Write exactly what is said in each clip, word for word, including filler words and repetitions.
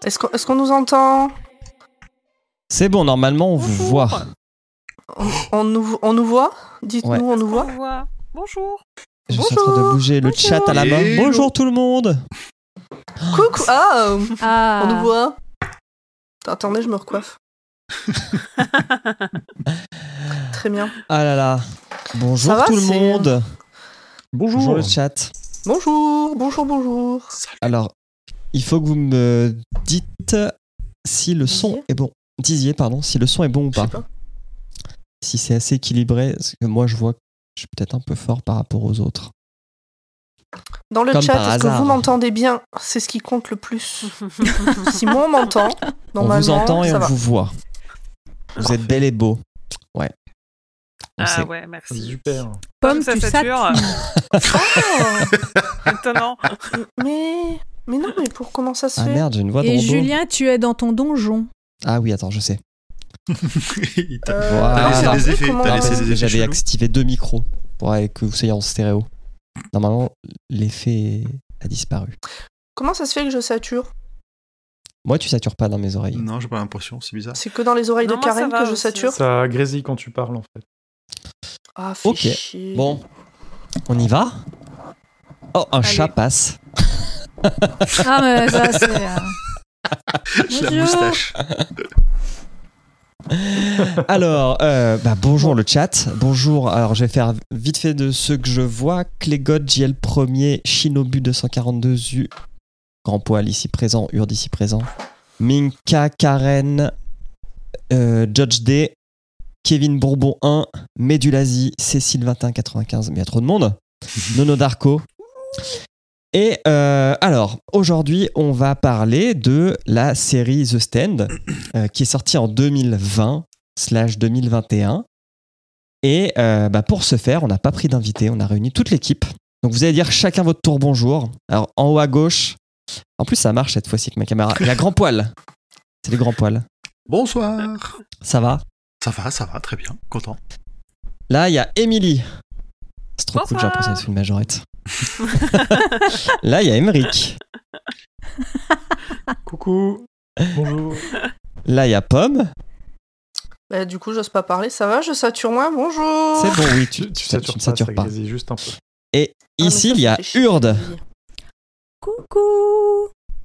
Est-ce qu'on, est-ce qu'on nous entend ? C'est bon, normalement on vous voit. On, on, nous, on nous voit ? Dites-nous, Ouais. on nous voit ? On voit. Bonjour. Je suis en Bonjour. train de bouger le Bonjour. chat à la main. Hello. Bonjour tout le monde. Coucou. Ah, euh, Ah. on nous voit. Attendez, je me recoiffe. Très bien. Ah là là. Bonjour Ça va, tout le c'est- monde. Bonjour. Bonjour le chat. Bonjour, bonjour, bonjour. Alors, il faut que vous me dites si le son Disiez est bon. Disiez, pardon, si le son est bon ou Je sais pas. pas. Si c'est assez équilibré, parce que moi je vois que je suis peut-être un peu fort par rapport aux autres. Dans le Comme chat, par est-ce que hasard. vous m'entendez bien ? C'est ce qui compte le plus. Si moi on m'entend, On normalement, vous entend et ça on va. vous voit. Vous êtes bel et beau. Ouais. On Ah sait. ouais, merci. Super. Pomme, Ça tu sature. satures. Oh, Étonnant. mais, mais non, mais pour comment ça se Ah fait ? merde, j'ai une voix de Et robot. Julien, tu es dans ton donjon. Ah oui, attends, je sais. Il t'a- Euh, Voilà. T'as laissé Ah, des effets, comment- t'as Non, laissé parce des que effets j'avais chelous. activé deux micros pour que vous soyez en stéréo. Normalement, l'effet a disparu. Comment ça se fait que je sature ? Moi, tu satures pas dans mes oreilles. Non, j'ai pas l'impression, c'est bizarre. C'est que dans les oreilles Non, de moi, ça Karen va que je aussi. sature ? Ça grésille quand tu parles en fait. Ah, fais Ok. chier. Bon, on y va. Oh, un Allez. chat passe. Ah, mais ça, c'est. euh, La Bonjour. moustache. Alors, euh, bah, bonjour le chat. Bonjour. Alors, je vais faire vite fait de ceux que je vois. Clégod, J L premier, Shinobu deux cent quarante-deux, Zu, Grand Poil ici présent, Urde ici présent, Minka, Karen, euh, Judge D, Kevin Bourbon un, Médulazi, Cécile vingt et un quatre-vingt-quinze, mais il y a trop de monde. Nono Darko. Et euh, alors, aujourd'hui, on va parler de la série The Stand, euh, qui est sortie en deux mille vingt slash deux mille vingt et un. Et euh, bah, pour ce faire, on n'a pas pris d'invité, on a réuni toute l'équipe. Donc vous allez dire chacun votre tour bonjour. Alors, en haut à gauche, en plus ça marche cette fois-ci avec ma caméra, il y a Grand Poil. C'est les Grands Poils. Bonsoir. Ça va? Ça va, ça va, très bien, content. Là, il y a Émilie. C'est trop cool, j'ai Bonsoir. l'impression d'être une majorette. Là, il y a Émeric. Coucou. Bonjour. Là, il y a Pomme. Bah, du coup, j'ose pas parler. Ça va, je sature moins. Bonjour. C'est bon, oui, tu, Tu, tu, tu satures, satures tu pas, satures ça pas. grésille juste un peu. Et Ah, mais ici, ça, il y ça a fait chier. Urde. Coucou.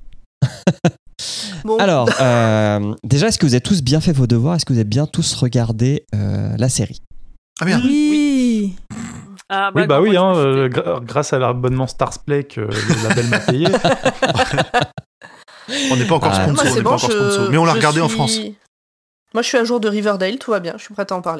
Bon. Alors, euh, déjà, est-ce que vous avez tous bien fait vos devoirs? Est-ce que vous avez bien tous regardé euh, la série? Ah merde. Oui. Ah, Oui, bah grand oui, poil, hein, je euh, me suis gra- grâce à l'abonnement Starsplay que le label m'a payé. On n'est pas encore Ah, sponsor, Moi, on c'est n'est bon, pas encore je- sponsor. Mais on l'a je regardé en suis- France. Moi, je suis à jour de Riverdale, tout va bien. Je suis prête à en parler.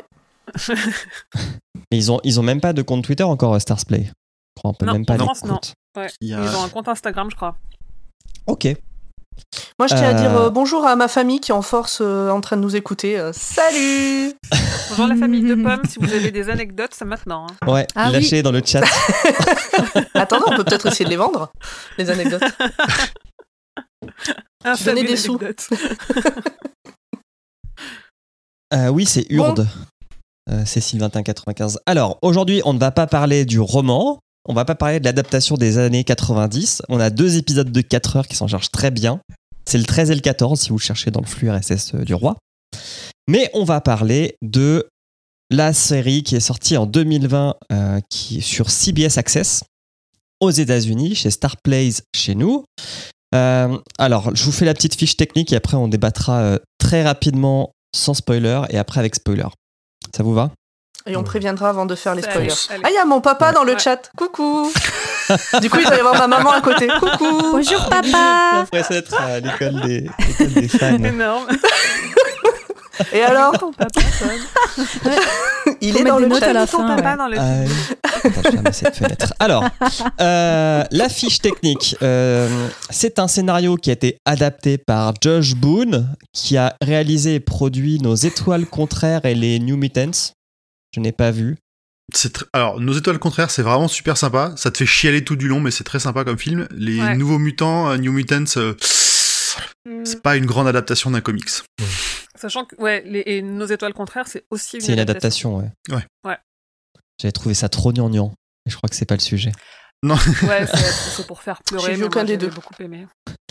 Et ils ont, ils ont même pas de compte Twitter encore, euh, Starsplay. Je crois, on peut Non, même pas en les France, non. comptes. Ouais. Il y a- Ils ont un compte Instagram, je crois. Ok. Moi, je tiens à Euh, dire euh, bonjour à ma famille qui est en force euh, en train de nous écouter. Euh, salut. Bonjour la famille de Pommes, si vous avez des anecdotes, c'est maintenant. hein. Ouais, Ah lâchez dans le chat. Attendez, on peut peut-être essayer de les vendre, les anecdotes. Un Je donnais fabuleux des sous. anecdote. Euh, oui, c'est Urde. Euh, Cécile vingt et un quatre-vingt-quinze. Alors, aujourd'hui, on ne va pas parler du roman. On va pas parler de l'adaptation des années quatre-vingt-dix. On a deux épisodes de quatre heures qui s'en chargent très bien. C'est le treize et le quatorze si vous le cherchez dans le flux R S S du roi. Mais on va parler de la série qui est sortie en deux mille vingt euh, qui est sur C B S Access aux États-Unis, chez Star Plays chez nous. Euh, alors, je vous fais la petite fiche technique et après on débattra euh, très rapidement sans spoiler et après avec spoiler. Ça vous va? Et on préviendra avant de faire les Allez, spoilers. allez. Ah, il y a mon papa dans le Ouais. chat. Coucou. Du coup, il doit y avoir ma maman à côté. Coucou. Bonjour, papa. Après ça être à l'école des, l'école des fans. Énorme. Et alors, Ton papa, Pomme. il Faut est mettre dans des le notes chat. à la Ton fin. papa ouais. dans le Euh, attends, je ferme cette fenêtre. Alors, euh, la fiche technique. Euh, c'est un scénario qui a été adapté par Josh Boone, qui a réalisé et produit Nos étoiles contraires et les New Mutants. Je n'ai pas vu. C'est tr- Alors, Nos étoiles contraires, c'est vraiment super sympa. Ça te fait chialer tout du long, mais c'est très sympa comme film. Les Ouais. Nouveaux Mutants, euh, New Mutants, euh, Hmm. c'est pas une grande adaptation d'un comics. Sachant que ouais, les, et Nos étoiles contraires, c'est aussi une C'est une adaptation. adaptation, ouais. Ouais. Ouais. J'avais trouvé ça trop gnangnan. Et je crois que c'est pas le sujet. Non. Ouais, c'est, c'est pour faire pleurer. J'ai vu mais aucun moi, des j'avais deux. beaucoup aimé.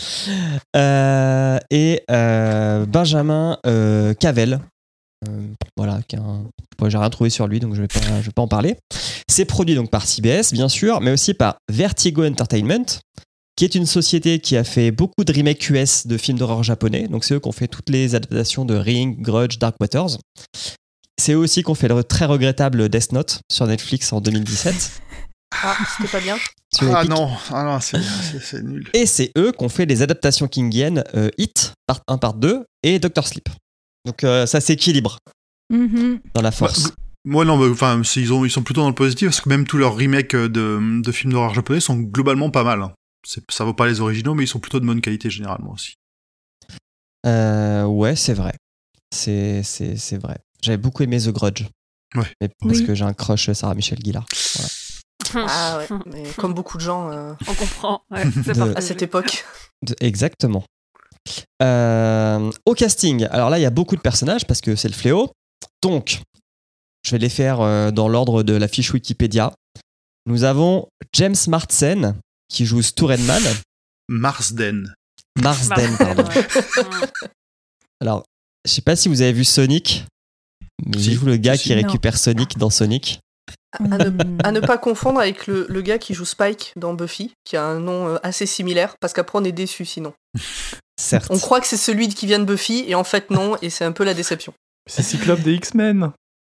Euh, et euh, Benjamin euh, Cavell. Euh, voilà, qui a un... bon, j'ai rien trouvé sur lui, donc je vais pas, je vais pas en parler. C'est produit donc par C B S, bien sûr, mais aussi par Vertigo Entertainment, qui est une société qui a fait beaucoup de remakes U S de films d'horreur japonais. Donc c'est eux qui ont fait toutes les adaptations de Ring, Grudge, Dark Waters. C'est eux aussi qui ont fait le très regrettable Death Note sur Netflix en deux mille dix-sept. Ah, c'était pas bien. Sur Ah Epic. non, ah non, c'est, c'est, c'est nul. Et c'est eux qui ont fait les adaptations kingiennes euh, Hit, part un, part deux, et Doctor Sleep. Donc euh, ça s'équilibre Mhm. dans la force. Moi non, bah, enfin, c'est- ils, ont, ils sont plutôt dans le positif parce que même tous leurs remakes de, de films d'horreur japonais sont globalement pas mal. hein. C'est, ça vaut pas les originaux, mais ils sont plutôt de bonne qualité généralement aussi. Euh, ouais, c'est vrai. C'est, c'est, c'est vrai. J'avais beaucoup aimé The Grudge. Ouais. Mais parce Oui. que j'ai un crush Sarah Michelle Gellar. Voilà. Ah ouais, mais comme beaucoup de gens euh, On comprend. Ouais, c'est De- partagé. à cette époque. De- exactement. Euh, au casting, alors là, il y a beaucoup de personnages parce que c'est le fléau. Donc, je vais les faire euh, dans l'ordre de la fiche Wikipédia. Nous avons James Marsden qui joue Sturenman. Marsden. Marsden, pardon. Ouais. Mm. Alors, je sais pas si vous avez vu Sonic, mais Si. il joue le gars Si. qui récupère Sonic dans Sonic. À ne, Mm. à ne pas confondre avec le, le gars qui joue Spike dans Buffy, qui a un nom euh, assez similaire, parce qu'après on est déçu sinon. Certes. On croit que c'est celui qui vient de Buffy, et en fait non, et c'est un peu la déception. C'est Cyclope des X-Men.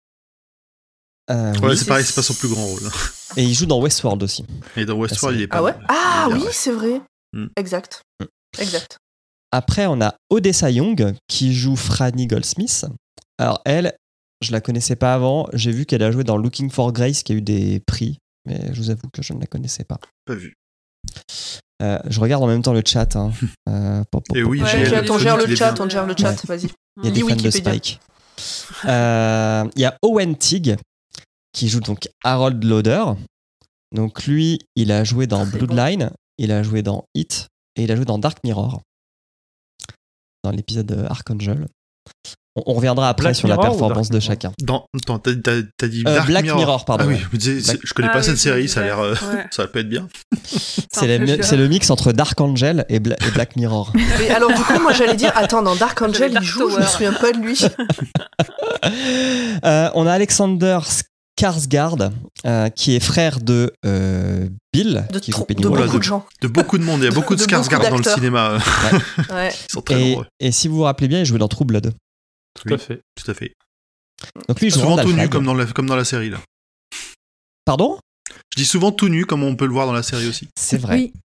Euh, Ouais, oui. c'est pareil, c'est pas son plus grand rôle. Et il joue dans Westworld aussi. Et dans Westworld, Ah, il est pas Ah ouais mal. Ah Il est oui, vrai. c'est vrai. Mm. Exact. Mm. Exact. Après, on a Odessa Young qui joue Franny Goldsmith. Alors, elle, je la connaissais pas avant. J'ai vu qu'elle a joué dans Looking for Grace qui a eu des prix, mais je vous avoue que je ne la connaissais pas. Pas vu. Euh, je regarde en même temps le chat. Hein. Euh, pop, pop, Et pop. oui, Ouais, j'ai il y a T'inquiète, on des gère choses le qui chat, les on gère le chat, vas-y. Il y a des Lis fans de Wikipédia. Spike. Euh, Il y a Owen Teague qui joue donc Harold Lauder. Donc lui, il a joué dans Très Bloodline, il a joué dans Hit et il a joué dans Dark Mirror. Dans l'épisode de Archangel. On, on reviendra après Black sur la Mirror ou performance Dark de Mirror chacun. Dans, attends, t'as, t'as, t'as dit Euh, Dark Black Mirror. Mirror, pardon, Ah oui, ouais. je me disais, c'est- Black- je connais Ah pas oui, cette je série, me ça a l'air, euh, Ouais. ça va pas être bien. C'est, les mi- c'est le mix entre Dark Angel et, Bla- et Black Mirror. Mais alors du coup, moi j'allais dire, attends, dans Dark Angel, J'avais il Dark joue, je me Tower. souviens pas de lui. Euh, on a Alexander Skarsgård euh, qui est frère de euh, Bill De, qui trop- joue de Pennywise. Voilà, beaucoup de gens. De beaucoup de monde, il y a beaucoup de, De Skarsgård beaucoup dans le d'acteurs. cinéma. euh, Ouais. Ils sont très Et, nombreux. et si vous vous rappelez bien, il jouait dans True Blood. Tout à fait. Tout à fait. Donc lui, il joue Souvent Randall tout nu, Flagg. comme dans, la, comme dans la série, là. Pardon ? Je dis souvent tout nu, comme on peut le voir dans la série aussi. C'est vrai. Oui.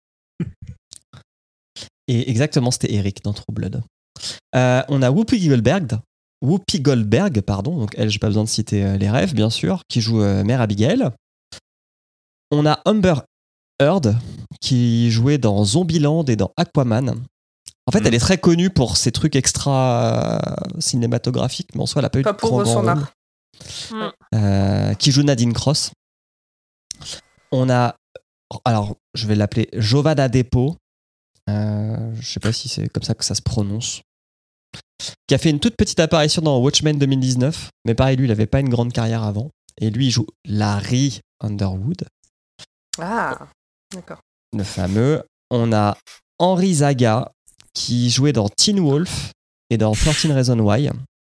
Et exactement, c'était Eric dans True Blood. Euh, on a Whoopi Goldberg, Whoopi Goldberg, pardon, donc elle, j'ai pas besoin de citer euh, les rêves, bien sûr, qui joue euh, Mère Abigail. On a Amber Heard, qui jouait dans Zombieland et dans Aquaman. En fait, Mm. elle est très connue pour ses trucs extra euh, cinématographiques, mais en soi, elle a pas eu Pas de pour grand, grand son rôle. art. Mm. Euh, qui joue Nadine Cross. On a, alors je vais l'appeler Jovada Depo, euh, je sais pas si c'est comme ça que ça se prononce, qui a fait une toute petite apparition dans Watchmen deux mille dix-neuf, mais pareil, lui, il avait pas une grande carrière avant, et lui, il joue Larry Underwood, Ah, d'accord. le fameux. On a Henry Zaga, qui jouait dans Teen Wolf et dans thirteen Reasons Why,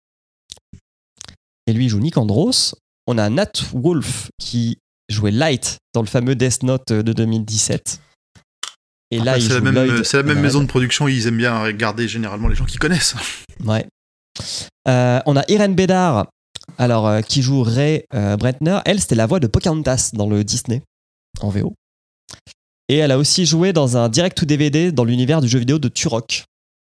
et lui, il joue Nick Andros. On a Nat Wolff, qui jouait Light dans le fameux Death Note de deux mille dix-sept. Et là, Enfin, il c'est, joue la même, Lloyd c'est la même Conrad. maison de production, ils aiment bien regarder généralement les gens qui connaissent. Ouais. Euh, on a Irene Bedard, alors, euh, qui joue Ray euh, Brentner. Elle, c'était la voix de Pocahontas dans le Disney, en V O. Et elle a aussi joué dans un direct-to-D V D dans l'univers du jeu vidéo de Turok.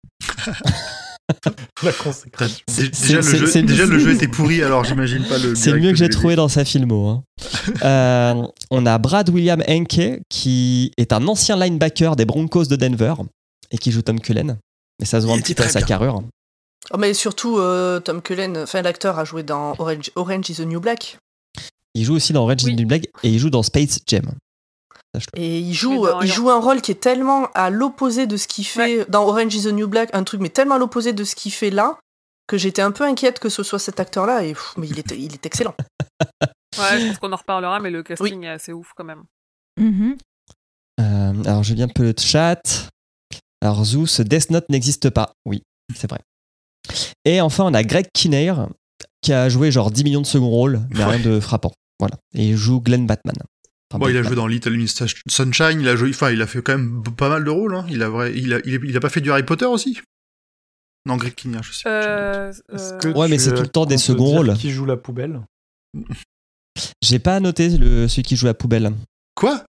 La consécration. Dé- C'est- Déjà, c'est- le, jeu, c'est- déjà le jeu était pourri, alors j'imagine pas le. C'est le direct mieux que j'ai D V D. trouvé dans sa filmo. Hein. Euh, on a Brad William Henke, qui est un ancien linebacker des Broncos de Denver et qui joue Tom Cullen. Mais ça se voit Il un petit était peu à très sa bien. carrure. Oh, mais surtout, euh, Tom Cullen, enfin l'acteur a joué dans Orange, Orange is the New Black. Il joue aussi dans Orange is Oui. the New Black et il joue dans Space Jam. Ça, je trouve. Et il joue, Oui, dans il Iron- joue un rôle qui est tellement à l'opposé de ce qu'il fait dans Orange is the New Black, un truc mais tellement à l'opposé de ce qu'il fait là, que j'étais un peu inquiète que ce soit cet acteur-là, et pff, mais il est, il est excellent. Ouais, je pense qu'on en reparlera, mais le casting est assez ouf quand même. Mhm. Euh, alors, je viens un peu le chat. Alors, Zeus, Death Note n'existe pas. Oui, c'est vrai. Et enfin, on a Greg Kinnear qui a joué genre dix millions de second rôle, mais Ouais. rien de frappant. Voilà. Et il joue Glenn Batman. Enfin, Bon, il a Batman. joué dans Little Miss Sunshine, il a joué, enfin, il a fait quand même b- pas mal de rôles, hein. Il a vrai, il a, il a, il a pas fait du Harry Potter aussi? Non, Greg Kinnear, je sais. Euh, Est-ce euh, que Ouais, mais tu c'est tout le temps comptes des seconds dire rôles. Qui joue la poubelle? J'ai pas noté le, celui qui joue la poubelle. Quoi?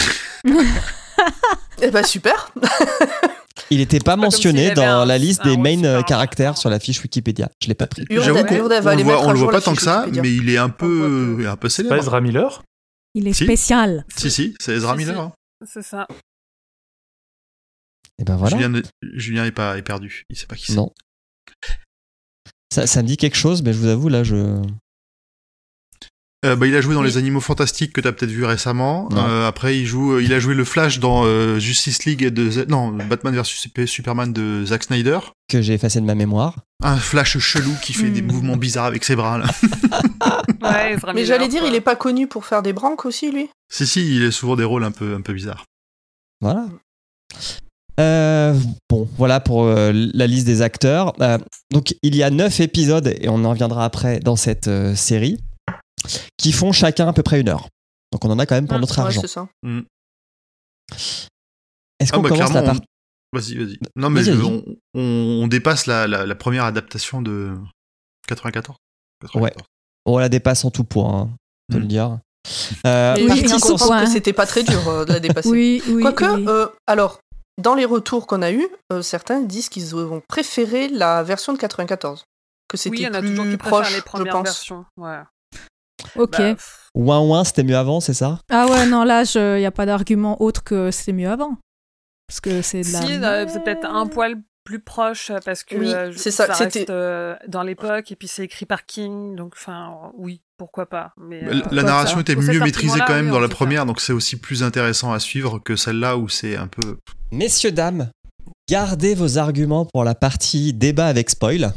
Eh bah super. Il était pas pas comme mentionné s'il avait dans un- la liste un des rôle main super euh, caractères important. sur la fiche Wikipédia. Je l'ai pas pris. Urdev- J'avoue qu'on Urdev va on aller le voit, mettre on à le jour voit la pas tant fiche que ça, Wikipédia. mais il est un On le voit peu, peu. un peu C'est pas célèbre. Ezra Miller? Il est Si. spécial. Si, si, c'est Ezra Si, si. Miller. hein. C'est ça. Et ben voilà. Julien, ne- Julien est pas est perdu. Il sait pas qui c'est. Non. Ça, ça me dit quelque chose, mais je vous avoue, là, je. Euh, bah, il a joué dans Oui. Les Animaux Fantastiques que t'as peut-être vu récemment. Ouais. Euh, après, il joue, il a joué le Flash dans euh, Justice League de Z- non Batman versus Superman de Zack Snyder. que j'ai effacé de ma mémoire. Un Flash chelou qui fait des Hmm. mouvements bizarres avec ses bras. Là. Ouais, Ezra Mais Miller, j'allais dire, quoi. il est pas connu pour faire des branques aussi, lui. si si, il a souvent des rôles un peu un peu bizarres. Voilà. Euh, bon, voilà pour euh, la liste des acteurs. Euh, donc, il y a neuf épisodes, et on en reviendra après dans cette euh, série, qui font chacun à peu près une heure. Donc, on en a quand même pour Ah, notre Ouais, argent. c'est ça. Est-ce Ah qu'on bah commence la clairement. partie on- Vas-y vas-y. Non mais Vas-y, je- vas-y. on, on, on dépasse la, la, la première adaptation de quatre-vingt-quatorze. quatre-vingt-quatorze. On la dépasse en tout point, hein, on peut Mm. le dire. Euh, Mais Oui, j'ai et cru encore comprendre point. que c'était pas très dur euh, de la dépasser. Oui, oui. Quoique, oui. euh, alors, dans les retours qu'on a eus, euh, certains disent qu'ils ont préféré la version de quatre-vingt-quatorze. Que c'était Oui, il y en a plus toujours qui préfèrent proche, les je premières pense. versions. Ouais. Ok. Bah, pff, ouin ouin, c'était mieux avant, c'est ça? Ah ouais, non, là, il n'y a pas d'argument autre que c'était mieux avant. Parce que c'est de la... si, euh, c'est peut-être un poil plus proche euh, parce que Oui, euh, je- c'est ça, reste c'était- euh, dans l'époque et puis c'est écrit par King, donc enfin oui, pourquoi pas. Mais La- euh, la quoi, narration ça était Pour cet mieux maîtrisée argument-là, quand même oui, dans en la tout cas. première, donc c'est aussi plus intéressant à suivre que celle-là où c'est un peu. Messieurs, dames, gardez vos arguments pour la partie débat avec spoil.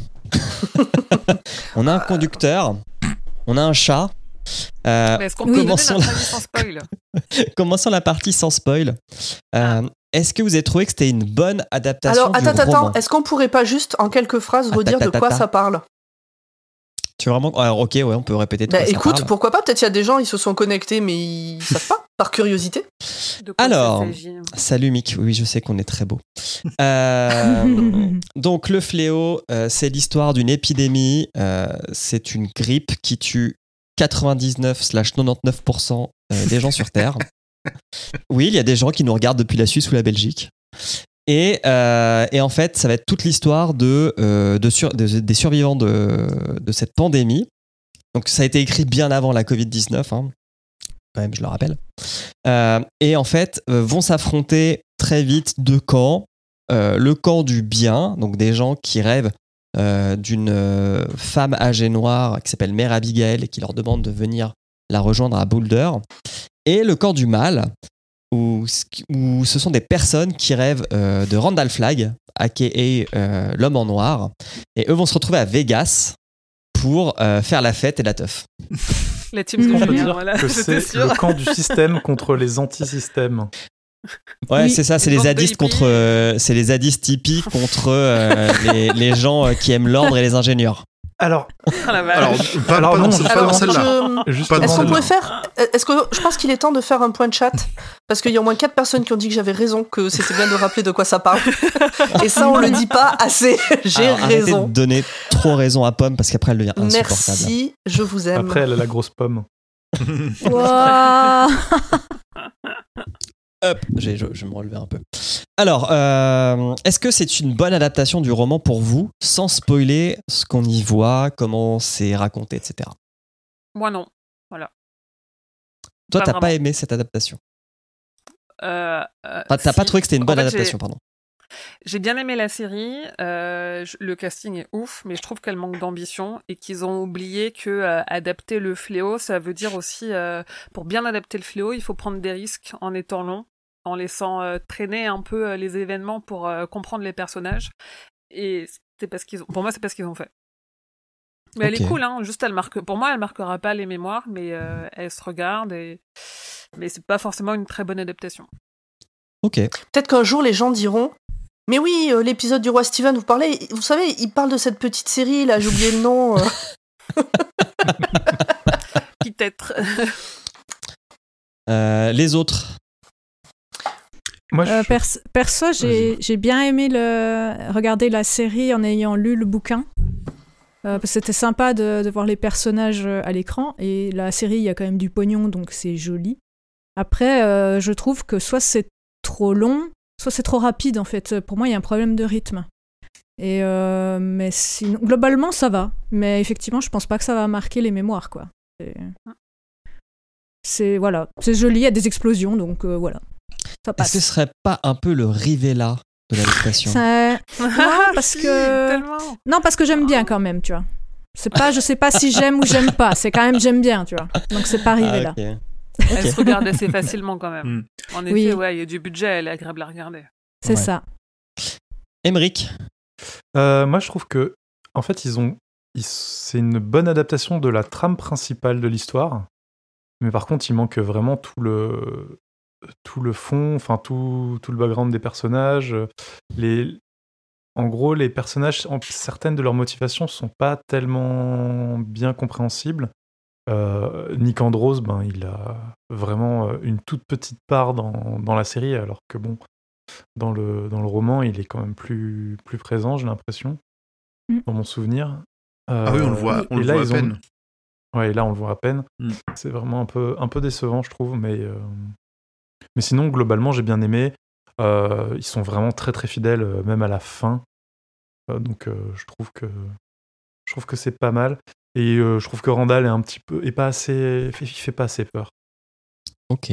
On a un conducteur, on a un chat. Euh, Mais est-ce qu'on Oui. peut donner Commençons notre la- avis sans spoil? Commençons la partie sans spoil. Euh, Est-ce que vous avez trouvé que c'était une bonne adaptation Alors, du attends, roman? attends, est-ce qu'on pourrait pas juste, en quelques phrases, redire de quoi Attends, ça parle? Tu veux vraiment... Alors, ok, ouais, on peut répéter de Bah quoi ça écoute, parle. pourquoi pas? Peut-être il y a des gens, ils se sont connectés, mais ils savent pas, par curiosité. De quoi Alors, ça s'agit? Salut Mick, oui, je sais qu'on est très beau. Euh, donc, le fléau, euh, c'est l'histoire d'une épidémie. Euh, c'est une grippe qui tue quatre-vingt-dix-neuf virgule quatre-vingt-dix-neuf pour cent euh, des gens sur Terre. Oui, il y a des gens qui nous regardent depuis la Suisse ou la Belgique. Et, euh, et en fait, ça va être toute l'histoire de, euh, de sur- de- des survivants de, de cette pandémie. Donc, ça a été écrit bien avant la covid dix-neuf, hein, quand même, je le rappelle. Euh, et en fait, euh, vont s'affronter très vite deux camps. Euh, le camp du bien, donc des gens qui rêvent euh, d'une euh, femme âgée noire qui s'appelle Mère Abigail et qui leur demande de venir la rejoindre à Boulder. Et le camp du mal, où, où ce sont des personnes qui rêvent euh, de Randall Flagg, aka euh, l'homme en noir. Et eux vont se retrouver à Vegas pour euh, faire la fête et la teuf. La team Mm. de On peut Julien, dire voilà, que j'étais c'est sûre. le camp du système contre les anti-systèmes. Ouais, Oui. c'est ça, c'est Une les bande de zadistes hippies. contre, euh, c'est les zadistes hippies contre euh, les, les gens euh, qui aiment l'ordre et les ingénieurs. Alors, Ah, la vache. Alors, pas, Alors pas non, dans, je- pas Alors, dans celle-là. je- justement, Pas Est-ce qu'on celle-là. pourrait faire. Est-ce que je pense qu'il est temps de faire un point de chat parce qu'il y a au moins quatre personnes qui ont dit que j'avais raison, que c'était bien de rappeler de quoi ça parle. Et ça, on le dit pas assez. J'ai Alors, arrêtez raison. de donner trop raison à Pomme parce qu'après elle devient insupportable. Merci, je vous aime. après, elle a la grosse pomme. Ouah. Hop, j'ai- je, je vais me relever un peu. Alors, euh, est-ce que c'est une bonne adaptation du roman pour vous, sans spoiler ce qu'on y voit, comment c'est raconté, et cetera. Moi non. Toi, Pas t'as vraiment. pas aimé cette adaptation. Euh, euh, Enfin, t'as si. pas trouvé que c'était une En bonne fait, adaptation, j'ai- pardon. J'ai bien aimé la série, euh, je- le casting est ouf, mais je trouve qu'elle manque d'ambition et qu'ils ont oublié que euh, adapter le fléau, ça veut dire aussi, euh, pour bien adapter le fléau, il faut prendre des risques en étant long, en laissant euh, traîner un peu euh, les événements pour euh, comprendre les personnages. Et c'est parce qu'ils ont, pour moi, c'est parce qu'ils ont fait. Mais elle Ok. est cool, hein. Juste, elle marque. Pour moi, elle marquera pas les mémoires, mais euh, elle se regarde et. Mais c'est pas forcément une très bonne adaptation. Ok. Peut-être qu'un jour, les gens diront mais oui, euh, l'épisode du roi Steven, vous parlez, vous savez, il parle de cette petite série, là, j'ai oublié le nom. euh. Peut-être. Euh, les autres. Moi, je... Euh, pers- perso, j'ai, j'ai bien aimé le... regarder la série en ayant lu le bouquin. Euh, parce que c'était sympa de, de voir les personnages à l'écran. Et la série, il y a quand même du pognon, donc c'est joli. Après, euh, je trouve que soit c'est trop long, soit c'est trop rapide, en fait. Pour moi, il y a un problème de rythme. Et euh, mais sinon, globalement, ça va. Mais effectivement, je pense pas que ça va marquer les mémoires, quoi. C'est, c'est voilà, c'est joli, il y a des explosions, donc euh, voilà. Ça passe. Est-ce que ce serait pas un peu le Rivella de l'adaptation? Ça... Non, parce Si, que... tellement. Non, parce que j'aime bien quand même, tu vois. C'est pas, je sais pas si j'aime ou j'aime pas, c'est quand même j'aime bien, tu vois. Donc c'est pas arrivé là. Ah, ok. Elle se regarde assez facilement quand même. Mm. En effet, Oui. ouais, il y a du budget, elle est agréable à regarder. C'est Ouais. ça. Emmerich. Euh, moi, je trouve que, en fait, ils ont, ils- c'est une bonne adaptation de la trame principale de l'histoire, mais par contre, il manque vraiment tout le, tout le fond, enfin tout, tout le background des personnages. Les, en gros, les personnages, en- certaines de leurs motivations sont pas tellement bien compréhensibles. Euh, Nick Andros, ben, il a vraiment euh, une toute petite part dans, dans la série, alors que bon, dans le, dans le roman, il est quand même plus, plus présent, j'ai l'impression, Mm. dans mon souvenir. Ah oui, on le voit, on et le là, voit à ils ont- peine. Ouais, et là, on le voit à peine. Mm. C'est vraiment un peu, un peu décevant, je trouve, mais, euh, mais sinon, globalement, j'ai bien aimé. Euh, ils sont vraiment très, très fidèles, euh, même à la fin. Euh, donc, euh, je trouve que, je trouve que c'est pas mal. Et euh, je trouve que Randall est un petit peu, est pas assez, il fait pas assez peur. Ok.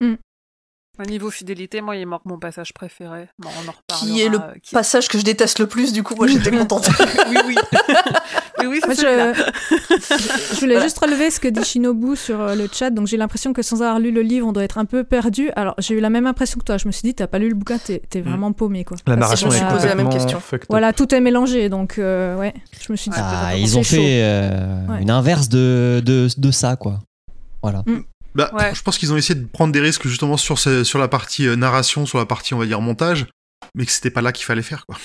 Au niveau fidélité, moi, il manque mon passage préféré. Bon, on en reparlera. Qui est le euh, qui- passage que je déteste le plus, du coup, moi j'étais contente. Oui, oui. oui, oui, c'est Moi, celui-là. je... je voulais juste relever ce que dit Shinobu sur euh, le chat. Donc j'ai l'impression que sans avoir lu le livre, on doit être un peu perdu. Alors j'ai eu la même impression que toi. Je me suis dit, t'as pas lu le bouquin, t'es, t'es vraiment paumé, quoi. La Parce narration que, je me est suis posé la même complètement question. fucked up. Voilà, tout est mélangé. Donc euh, ouais, je me suis dit. Ah, c'est ils ont chaud. fait euh, Ouais. une inverse de, de, de ça, quoi. Voilà. Bah, Ouais. je pense qu'ils ont essayé de prendre des risques justement sur, ce- sur la partie euh, narration, sur la partie, on va dire, montage, mais que c'était pas là qu'il fallait faire, quoi.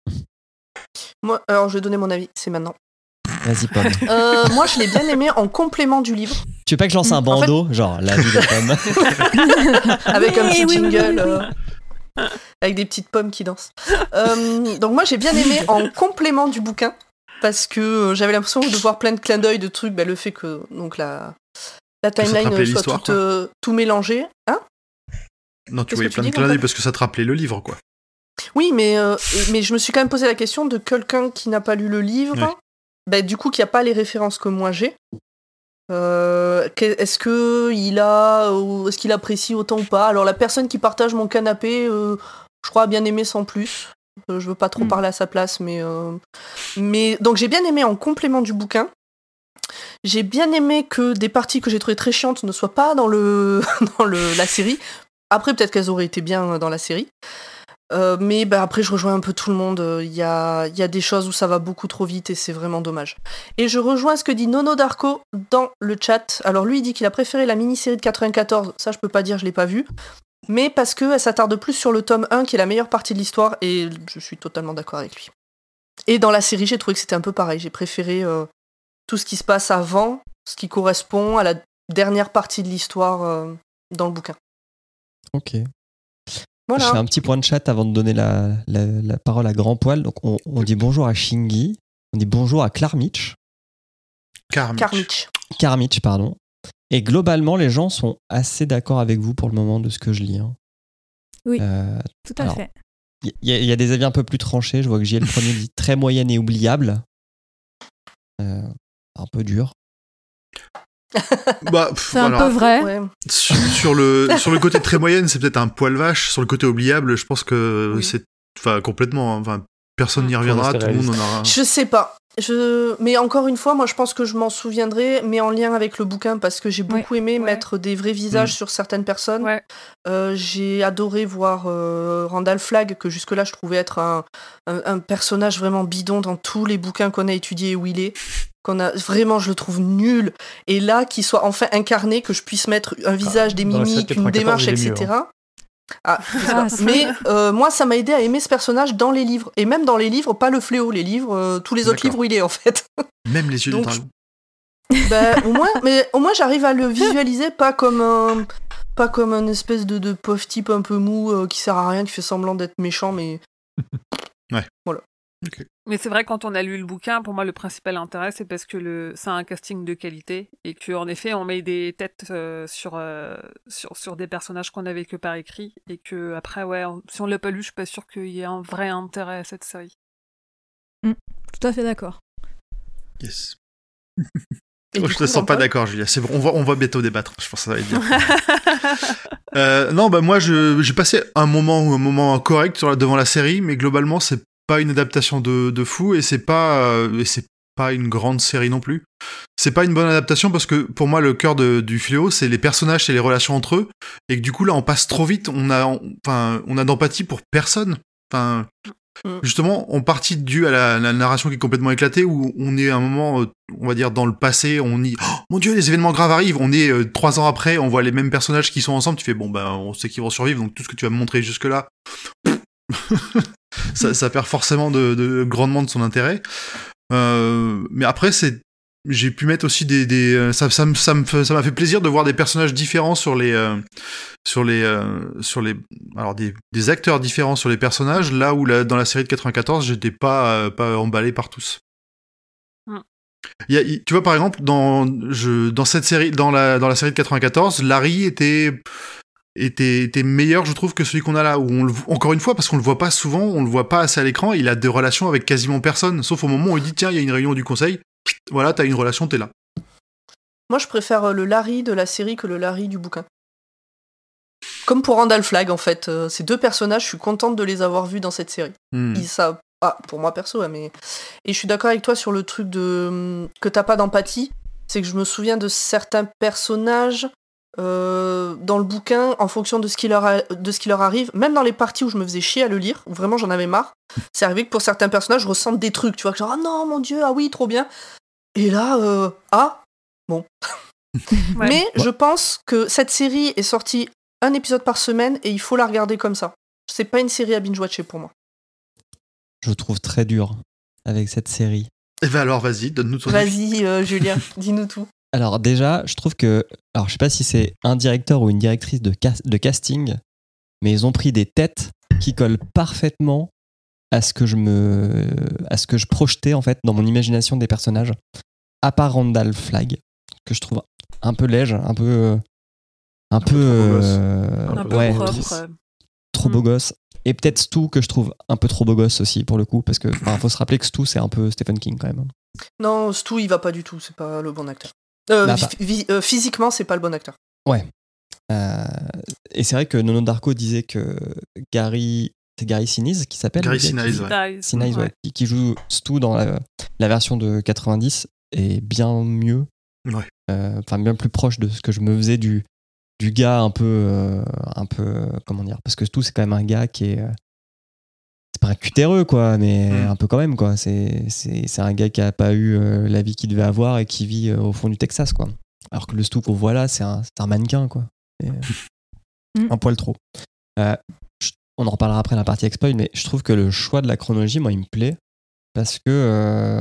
Moi, alors je vais donner mon avis, c'est maintenant. Vas-y, Pomme. Euh, moi, je l'ai bien aimé en complément du livre, Tu veux pas que je lance un En bandeau? Genre, la vie de Pomme. avec un Oui, petit oui, oui, jingle, oui, oui. euh, avec des petites pommes qui dansent. Euh, donc moi, j'ai bien aimé en complément du bouquin, parce que euh, j'avais l'impression de voir plein de clins d'œil de trucs, bah, le fait que donc la, la ça te timeline rappelait soit l'histoire, toute, quoi. euh, tout mélangée. Hein Non, tu Qu'est-ce voyais que tu plein de dis, clins d'œil Quentin parce que ça te rappelait le livre, quoi. Oui, mais, euh, mais je me suis quand même posé la question de quelqu'un qui n'a pas lu le livre, Oui. bah, du coup, qui n'a pas les références que moi j'ai. Euh, que- est-ce que il a, ou est-ce qu'il apprécie autant ou pas? Alors la personne qui partage mon canapé, euh, je crois a bien aimé sans plus. Euh, je veux pas trop Mm. parler à sa place, mais euh, mais donc j'ai bien aimé en complément du bouquin. J'ai bien aimé que des parties que j'ai trouvées très chiantes ne soient pas dans le dans le la série. Après peut-être qu'elles auraient été bien dans la série. Euh, mais bah, après, je rejoins un peu tout le monde. Il y a, il y a des choses où ça va beaucoup trop vite et c'est vraiment dommage. Et je rejoins ce que dit Nono Darko dans le chat. Alors lui, il dit qu'il a préféré la mini-série de quatre-vingt-quatorze. Ça, je peux pas dire, je l'ai pas vu. Mais parce qu'elle s'attarde plus sur le tome un, qui est la meilleure partie de l'histoire, et je suis totalement d'accord avec lui. Et dans la série, j'ai trouvé que c'était un peu pareil. J'ai préféré euh, tout ce qui se passe avant, ce qui correspond à la dernière partie de l'histoire euh, dans le bouquin. Ok. Voilà. Je fais un petit point de chat avant de donner la, la, la parole à Grand Poil. Donc, on, on dit bonjour à Shingi. On dit bonjour à Klarmitch. Carmitch. Carmitch. Karmitch, pardon. Et globalement, les gens sont assez d'accord avec vous pour le moment de ce que je lis. hein. Oui. Euh, Tout à Alors, fait. Il y, a- il y a des avis un peu plus tranchés. Je vois que J L premier dit très moyenne et oubliable. Euh, un peu dur. Bah, pff, C'est un alors, peu vrai. Ouais. sur, sur le, sur le côté très moyenne, c'est peut-être un poil vache. Sur le côté oubliable, je pense que Oui. c'est enfin, complètement. hein. Enfin, personne n'y Faut reviendra, rester tout le monde en aura. Je sais pas. Je... Mais encore une fois, moi je pense que je m'en souviendrai, mais en lien avec le bouquin, parce que j'ai beaucoup aimé Ouais. mettre des vrais visages Mm. sur certaines personnes. Ouais. Euh, j'ai adoré voir euh, Randall Flagg, que jusque-là je trouvais être un, un, un personnage vraiment bidon dans tous les bouquins qu'on a étudiés où il est. Qu'on a... Vraiment, je le trouve nul. Et là, qu'il soit enfin incarné, que je puisse mettre un visage, des dans la mimiques, une quatre-vingt-quatorze, démarche, il est mieux, et cetera. Ah, je sais pas. Mais euh, moi, ça m'a aidé à aimer ce personnage dans les livres. Et même dans les livres, pas le fléau, les livres, euh, tous les autres D'accord. livres où il est, en fait. Même les yeux Donc, du dragon. Bah, au moins, mais au moins, j'arrive à le visualiser pas comme un, pas comme un espèce de, de pauvre type un peu mou euh, qui sert à rien, qui fait semblant d'être méchant, mais. Ouais. Voilà. Ok. Mais c'est vrai, quand on a lu le bouquin, pour moi, le principal intérêt, c'est parce que le... c'est un casting de qualité et qu'en effet, on met des têtes euh, sur, euh, sur, sur des personnages qu'on n'avait que par écrit et que après, ouais, on... si on l'a pas lu, je suis pas sûre qu'il y ait un vrai intérêt à cette série. Mm, tout à fait d'accord. Yes. Et Oh, du je coup, te sens pas Antoine d'accord, Julia. C'est bon, on va, on va bientôt débattre. Je pense que ça va être bien. euh, non, bah moi, je, j'ai passé un moment, un moment correct sur la, devant la série, mais globalement, c'est pas une adaptation de, de fou et c'est pas, euh, et c'est pas une grande série non plus. C'est pas une bonne adaptation parce que pour moi, le cœur de, du fléau, c'est les personnages, c'est les relations entre eux, et que du coup là, on passe trop vite. On a, enfin, on, on a d'empathie pour personne. Enfin. Justement, en partie dû à la, la narration qui est complètement éclatée, où on est à un moment, euh, on va dire, dans le passé, on y... Oh, mon Dieu, les événements graves arrivent, on est euh, trois ans après, on voit les mêmes personnages qui sont ensemble, tu fais, bon, ben, on sait qu'ils vont survivre, donc tout ce que tu vas me montrer jusque-là, ça, ça perd forcément de, de, grandement de son intérêt. Euh, mais après, c'est... J'ai pu mettre aussi des... des ça, ça, ça, me, ça m'a fait plaisir de voir des personnages différents sur les... Euh, sur les... Euh, sur les alors, des, des acteurs différents sur les personnages, là où la, dans la série de quatre-vingt-quatorze, j'étais pas, euh, pas emballé par tous. Mm. Il y a, il, tu vois, par exemple, dans, je, dans cette série, dans la, dans la série de quatre-vingt-quatorze, Larry était... Était, était meilleur, je trouve, que celui qu'on a là, où on le, encore une fois, parce qu'on le voit pas souvent, on le voit pas assez à l'écran, il a des relations avec quasiment personne, sauf au moment où il dit, tiens, il y a une réunion du conseil, voilà, t'as une relation, t'es là. Moi, je préfère le Larry de la série que le Larry du bouquin. Comme pour Randall Flagg, en fait. Euh, ces deux personnages, je suis contente de les avoir vus dans cette série. Hmm. Ils, ça, ah, pour moi perso, hein, mais... Et je suis d'accord avec toi sur le truc de que t'as pas d'empathie. C'est que je me souviens de certains personnages euh, dans le bouquin, en fonction de ce, qui leur a... de ce qui leur arrive, même dans les parties où je me faisais chier à le lire, où vraiment j'en avais marre, c'est arrivé que pour certains personnages, je ressente des trucs, tu vois, que genre, ah non, mon Dieu, ah oui, trop bien. Et là, euh, ah, bon. Ouais. Mais je pense que cette série est sortie un épisode par semaine et il faut la regarder comme ça. C'est pas une série à binge-watcher pour moi. Je trouve très dur avec cette série. Eh ben alors, vas-y, donne-nous ton avis. Vas-y, euh, Julien, dis-nous tout. Alors déjà, je trouve que... Alors je sais pas si c'est un directeur ou une directrice de, cas- de casting, mais ils ont pris des têtes qui collent parfaitement à ce que je me... à ce que je projetais en fait dans mon imagination des personnages. À part Randall Flagg, que je trouve un peu léger, un peu... euh, Un, Un peu... peu trop beau gosse. euh, Un Un peu peu ouais, propre. euh. trop beau Mm. gosse. Et peut-être Stu que je trouve un peu trop beau gosse aussi pour le coup, parce que enfin, faut se rappeler que Stu c'est un peu Stephen King quand même. Non, Stu, il va pas du tout, c'est pas le bon acteur. Euh, Bah, vi- bah. vi- euh, physiquement, c'est pas le bon acteur. Ouais. Euh, et c'est vrai que Nono Darko disait que Gary, c'est Gary Sinise qui s'appelle. Gary le gars qui- Sinise, ouais. Dies. Sinise, ouais, qui- qui joue Stu dans la, la version de quatre-vingt-dix est bien mieux. Ouais. Euh, Enfin, bien plus proche de ce que je me faisais du, du gars un peu, euh, un peu, euh, comment dire, parce que Stu c'est quand même un gars qui est, euh, c'est pas un cutéreux quoi, mais Mm. un peu quand même quoi. C'est, c'est, c'est un gars qui a pas eu euh, la vie qu'il devait avoir et qui vit euh, au fond du Texas quoi. Alors que le Stu qu'on voit là, c'est un, c'est un mannequin quoi. Et, euh, Mm. un poil trop. Euh, je- on en reparlera après la partie exploit, mais je trouve que le choix de la chronologie, moi, il me plaît parce que euh,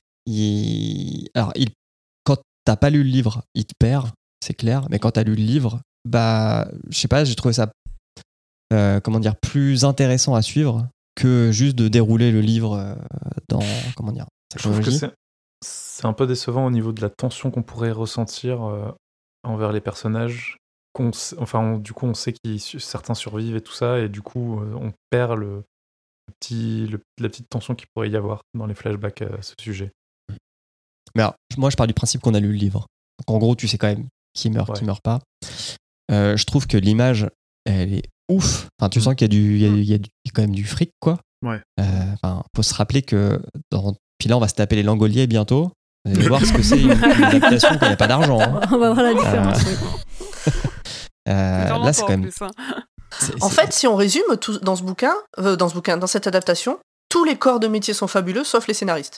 il, alors il, quand t'as pas lu le livre, il te perd, c'est clair. Mais quand t'as lu le livre, bah, je sais pas, j'ai trouvé ça, euh, comment dire, plus intéressant à suivre que juste de dérouler le livre euh, dans, comment dire, sa Je trouve que chronologie. c'est, c'est un peu décevant au niveau de la tension qu'on pourrait ressentir euh, envers les personnages. Qu'on s- enfin, on- du coup, on sait que certains survivent et tout ça, et du coup, euh, on perd le, le petit, le- la petite tension qu'il pourrait y avoir dans les flashbacks à ce sujet. Mais alors, moi, je pars du principe qu'on a lu le livre. Donc, en gros, tu sais quand même qui meurt, Ouais. qui meurt pas. Euh, je trouve que l'image, elle est ouf. Enfin, tu Mm. sens qu'il y a, du, il y a, il y a du- il y a quand même du fric, quoi. Ouais. Euh, enfin, faut se rappeler que dans... Puis là, on va se taper les Langoliers bientôt. Vous allez voir ce que c'est une, une adaptation quand il n'y a pas d'argent. hein. On va voir la différence. oui. Euh, C'est là, c'est longtemps, quand en même. plus, hein. c'est- En c'est- fait, si on résume tout dans ce bouquin, euh, dans ce bouquin, dans cette adaptation, tous les corps de métier sont fabuleux, sauf les scénaristes.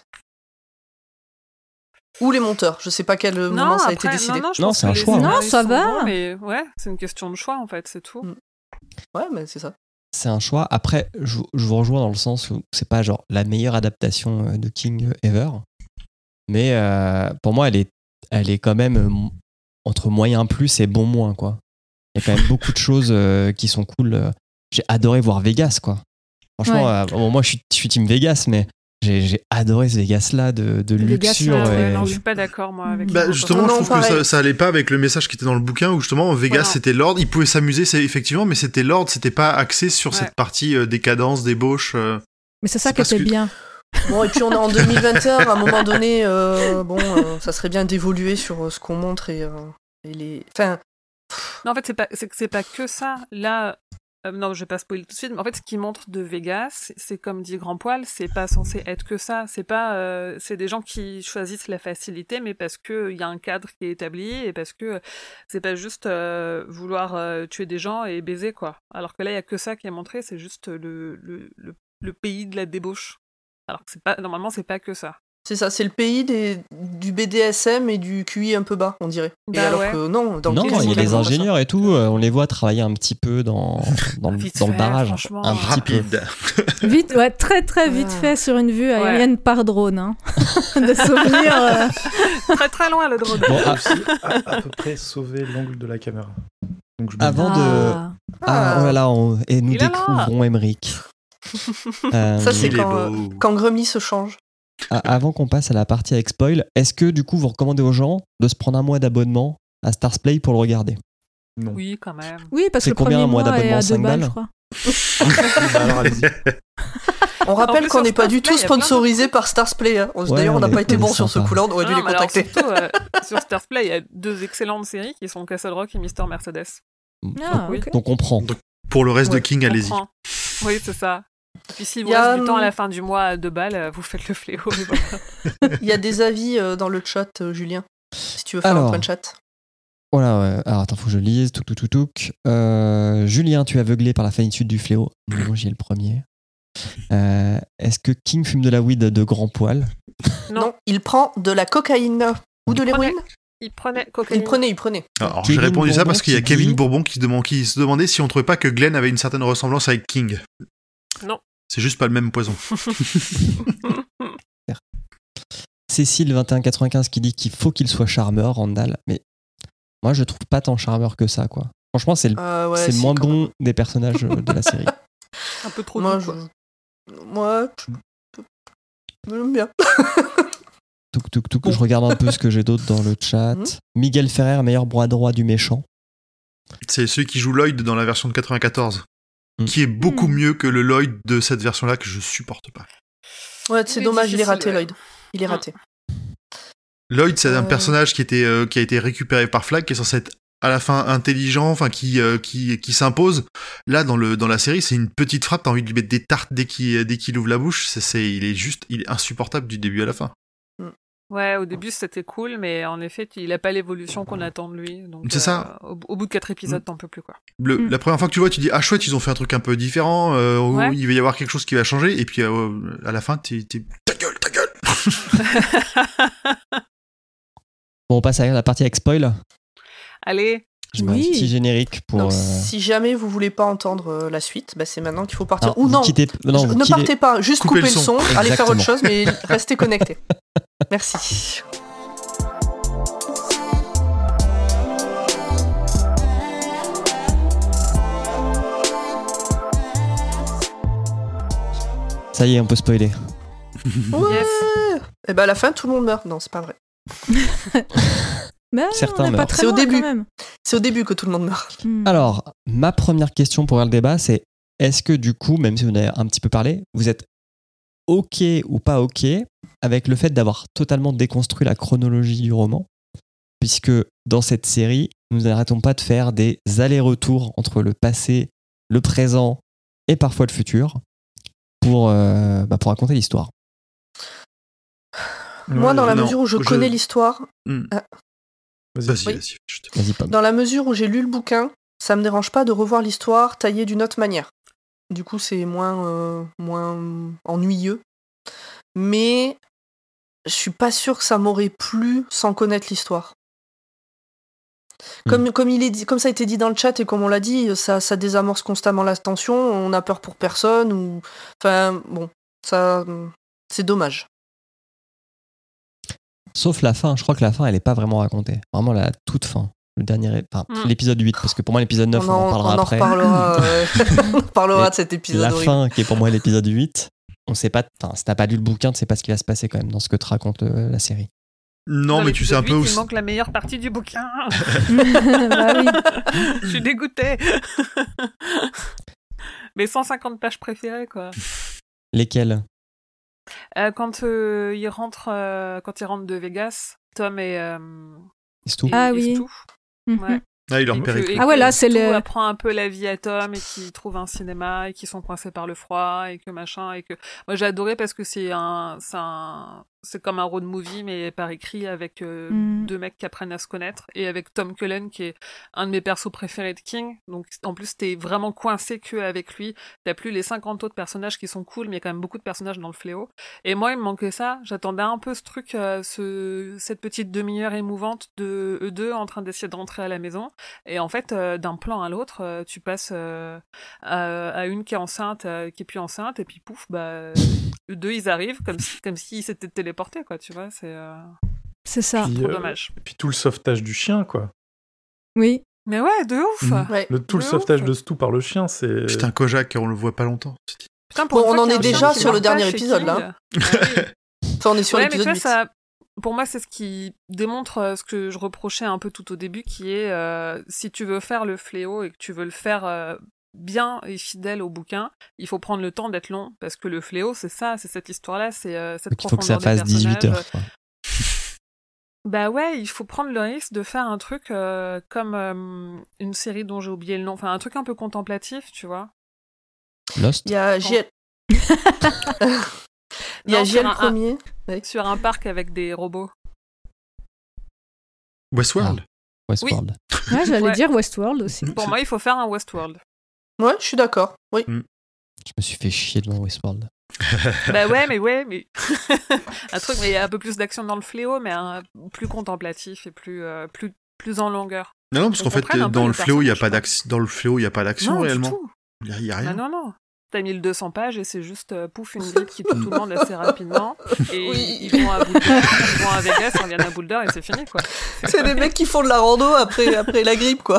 Ou les monteurs. Je sais pas quel Non, moment ça a après, été décidé. Non, non, je Non, pense c'est que un les choix, hein. scénaristes Non, ça sont va. bons, mais ouais, c'est une question de choix en fait, c'est tout. Mm. Ouais, mais c'est ça. C'est un choix. Après, je, je vous rejoins dans le sens où c'est pas genre la meilleure adaptation de King ever, mais euh, pour moi, elle est, elle est quand même entre moyen plus et bon moins, quoi. Il y a quand même beaucoup de choses euh, qui sont cool. J'ai adoré voir Vegas, quoi. Franchement, ouais. euh, bon, moi, je suis, je suis team Vegas, mais j'ai, j'ai adoré ce Vegas-là de, de luxure. Vegas, et... non, je suis pas d'accord, moi, avec bah, ça. Justement, non, je trouve pareil. que ça, ça allait pas avec le message qui était dans le bouquin, où justement, Vegas, voilà. c'était l'ordre. Il pouvait s'amuser, c'est, effectivement, mais c'était l'ordre, c'était pas axé sur Ouais. cette partie euh, décadence, débauche. Euh... Mais c'est ça C'est qui parce était que- bien. Bon, et puis on est en deux mille vingt et un, à un moment donné, euh, bon, euh, ça serait bien d'évoluer sur euh, ce qu'on montre et, euh, et les. Enfin, Non, en fait, c'est pas, c'est, que c'est pas que ça. Là, euh, non, je vais pas spoiler tout de suite, mais en fait, ce qui montre de Vegas, c'est, c'est comme dit Grand Poil, c'est pas censé être que ça. C'est pas, euh, c'est des gens qui choisissent la facilité, mais parce que il y a un cadre qui est établi et parce que c'est pas juste euh, vouloir euh, tuer des gens et baiser, quoi. Alors que là, il y a que ça qui est montré, c'est juste le, le, le, le pays de la débauche. Alors que c'est pas, normalement, c'est pas que ça. c'est ça, c'est le pays des, du B D S M et du Q I un peu bas, on dirait. Et Bah alors ouais. que non, dans Non, le il y a King, les c'est pas ça. ingénieurs et tout, euh, on les voit travailler un petit peu dans, dans, le, Vite dans le fait, barrage. franchement. Un petit peu. Rapide. Vite, ouais, très très vite Ah. fait sur une vue Ouais. aérienne par drone. Hein. De souvenirs. euh, Très très loin, le drone. Bon, J'ai ah, aussi à, à peu près sauvé l'angle de la caméra. Donc je me Avant de. ah. Ah, oh là là, on- et nous Il est là. découvrons Emmerich. Euh, Ça, c'est Il est quand, beau. quand Grumly se change. a- Avant qu'on passe à la partie avec spoil, est-ce que du coup vous recommandez aux gens de se prendre un mois d'abonnement à Stars Play pour le regarder? non. Oui, quand même. Oui, parce C'est que le combien premier un mois mois est d'abonnement, à deux cinq balles, balles je crois. Bah, alors allez-y. On rappelle plus, qu'on sur n'est pas Stars du Play, tout il y a plein de sponsorisé trucs. par Stars Play. hein. Ouais, D'ailleurs, on n'a on pas est- été on est bon sur ce sympa. coup-là, on aurait dû Non, les mais alors, contacter. surtout, euh, sur Stars Play, il y a deux excellentes séries qui sont Castle Rock et Mister Mercedes. Ah, Oui. ok. Donc on prend. Pour le reste Ouais, de King, On allez-y. prend. Oui, c'est ça. Et puis s'il vous Il y a, reste du temps à la hum, fin du mois à deux balles, euh, vous faites le fléau. Et voilà. Il y a des avis euh, dans le chat, euh, Julien. Si tu veux faire Alors. un point de chat. Voilà, ouais. Alors attends, faut que je lise. Touc, touc, touc, touc. Euh, Julien, tu es aveuglé par la finitude du fléau. Moi, j'y ai le premier. Euh, est-ce que King fume de la weed de grand poil? Non. Non, il prend de la cocaïne ou de Il prenait- l'héroïne. Il prenait cocaïne. Il prenait, il prenait. Alors, Kevin j'ai répondu ça Bourbon parce qu'il y a qui Kevin dit- Bourbon qui, demande, qui se demandait si on trouvait pas que Glenn avait une certaine ressemblance avec King. Non. C'est juste pas le même poison. Cécile vingt et un quatre-vingt-quinze qui dit qu'il faut qu'il soit charmeur, Randall. Mais moi, je trouve pas tant charmeur que ça, quoi. Franchement, c'est le, Euh, ouais, c'est le si, moins quand bon des personnages euh, de la série. Un peu trop Moi, doux, je... quoi. Moi, je- j'aime bien. Touc, touc, touc. Je regarde un peu ce que j'ai d'autre dans le chat. Mhm. Miguel Ferrer, meilleur bras droit du méchant. C'est celui qui joue Lloyd dans la version de quatre-vingt-quatorze. Mm. Qui est beaucoup Mm. mieux que le Lloyd de cette version-là que je supporte pas. Ouais, c'est Oui, dommage, il est difficile, raté, ouais. Lloyd. Il est Mm. raté. Lloyd, c'est un Euh. personnage qui, était, euh, qui a été récupéré par Flag, qui est censé être à la fin intelligent, enfin qui, euh, qui, qui s'impose. Là, dans, le, dans la série, c'est une petite frappe, t'as envie de lui mettre des tartes dès qu'il, dès qu'il ouvre la bouche. C'est, c'est, il est juste il est insupportable du début à la fin. Ouais, au début c'était cool, mais en effet, il a pas l'évolution qu'on attend de lui. Donc, C'est ça. Au, au bout de quatre épisodes, t'en peux plus, quoi. Le, Mm. La première fois que tu vois, tu dis ah chouette, ils ont fait un truc un peu différent, euh, où Ouais. il va y avoir quelque chose qui va changer, et puis euh, à la fin, t'es, t'es ta gueule, ta gueule. Bon, on passe à la partie avec spoil. Allez, Je mets Oui. un petit générique pour. Donc, euh, si jamais vous voulez pas entendre euh, la suite, bah, c'est maintenant qu'il faut partir. alors, Ou vous non, quittez- non, je- vous ne quittez- partez pas, juste Coupez coupez le le son, son. allez faire autre Exactement. chose, mais restez connectés. Merci. Ça y est, on peut spoiler. Ouais. Yes. Et ben à la fin, tout le monde meurt. Non, c'est pas vrai. Mais Certains on n'est pas meurent. très C'est au loin, début. quand même. C'est au début que tout le monde meurt. Hmm. Alors, ma première question pour le débat, c'est est-ce que du coup, même si vous en avez un petit peu parlé, vous êtes OK ou pas OK avec le fait d'avoir totalement déconstruit la chronologie du roman? Puisque dans cette série, nous n'arrêtons pas de faire des allers-retours entre le passé, le présent et parfois le futur pour, euh, bah, pour raconter l'histoire. Moi, dans la non, mesure où je je- connais l'histoire, Hmm. Ah. Vas-y. Vas-y, Oui. vas-y. chut. Vas-y, Pomme. dans la mesure où j'ai lu le bouquin, ça me dérange pas de revoir l'histoire taillée d'une autre manière. Du coup, c'est moins, euh, moins ennuyeux. Mais je suis pas sûre que ça m'aurait plu sans connaître l'histoire. Comme, comme, il est dit, comme ça a été dit dans le chat et comme on l'a dit, ça, ça désamorce constamment la tension, on a peur pour personne, ou... Enfin, bon, ça... C'est dommage. Sauf la fin, je crois que la fin, elle est pas vraiment racontée. Vraiment la toute fin. Le dernier, enfin, Mm. l'épisode huit, parce que pour moi, l'épisode neuf, on, en, en parlera on en après. reparlera, euh, on reparlera Et de cet épisode La horrible. fin, qui est pour moi l'épisode huit, on sait pas, enfin, si t'as pas lu le bouquin, tu sais pas ce qui va se passer quand même dans ce que te raconte euh, la série. Non, Dans mais tu sais un l'épisode peu huit, où. il manque la meilleure partie du bouquin. Bah oui. Je suis dégoûtée. Mes cent cinquante pages préférées, quoi. Lesquels? Euh, quand euh, il rentre, euh, quand il rentre de Vegas, Tom et, euh, C'est tout. et- Ah et oui. Stu. Mhm. Ouais. Ah, il leur Et que- péricule. et Ah ouais, que là, c'est Stu le- apprend un peu la vie à Tom et qu'ils trouvent un cinéma et qu'ils sont coincés par le froid et que machin et que moi j'ai adoré parce que c'est un, c'est un, c'est comme un road movie mais par écrit avec euh, Mm. deux mecs qui apprennent à se connaître et avec Tom Cullen qui est un de mes persos préférés de King. Donc en plus t'es vraiment coincé que avec lui. T'as plus les cinquante autres personnages qui sont cool, mais il y a quand même beaucoup de personnages dans le fléau. Et moi il me manquait ça. J'attendais un peu ce truc, euh, ce, cette petite demi-heure émouvante de eux deux en train d'essayer de rentrer à la maison. Et en fait, euh, d'un plan à l'autre, euh, tu passes euh, à, à une qui est enceinte, euh, qui est plus enceinte, et puis pouf, bah, euh, eux deux, ils arrivent comme si, comme s'ils s'étaient téléportés, quoi, tu vois, c'est euh, C'est ça. Puis, trop euh, dommage. Et puis tout le sauvetage du chien, quoi. Oui. Mais ouais, de ouf Mhm. Ouais. Le, tout le De sauvetage ouf. de Stu par le chien, c'est. Putain, Kojak, on le voit pas longtemps. Putain, pour Bon, une on fois en qu'il y a est un chien déjà qui sur le meurt pas dernier chez épisode, King. là. Ah oui. Enfin, on est sur Ouais, mais tu l'épisode vois, huit. ça, pour moi, c'est ce qui démontre euh, ce que je reprochais un peu tout au début, qui est euh, si tu veux faire le fléau et que tu veux le faire euh, bien et fidèle au bouquin, il faut prendre le temps d'être long, parce que le fléau, c'est ça, c'est cette histoire-là, c'est euh, cette Donc il faut que ça profondeur des fasse dix-huit personnages. heures. quoi. Bah ouais, il faut prendre le risque de faire un truc euh, comme euh, une série dont j'ai oublié le nom, enfin un truc un peu contemplatif, tu vois. Lost. Il y a J L. Il y a Non, J sur L un- premier. Sur un parc avec des robots. Westworld. Westworld. Ouais, j'allais Ouais. dire Westworld aussi. Pour moi, il faut faire un Westworld. Ouais, je suis d'accord. Oui. Je me suis fait chier devant Westworld. Bah ouais, mais ouais, mais un truc, mais il y a un peu plus d'action dans le fléau, mais un plus contemplatif et plus euh, plus plus en longueur. Non, non, parce On qu'en fait, comprenne un peu dans le le fléau, il y a personnage, pas quoi. d'action. Dans le fléau, il y a pas d'action Non, du réellement. tout. Il y a, il y a Bah rien. non, non. T'as mille deux cents pages et c'est juste euh, pouf, une grippe qui tue tout le monde assez rapidement. Et Oui. ils vont à Boulder, ils vont à Vegas, ils reviennent à Boulder et c'est fini, quoi. C'est des mecs qui font de la rando après, après la grippe, quoi.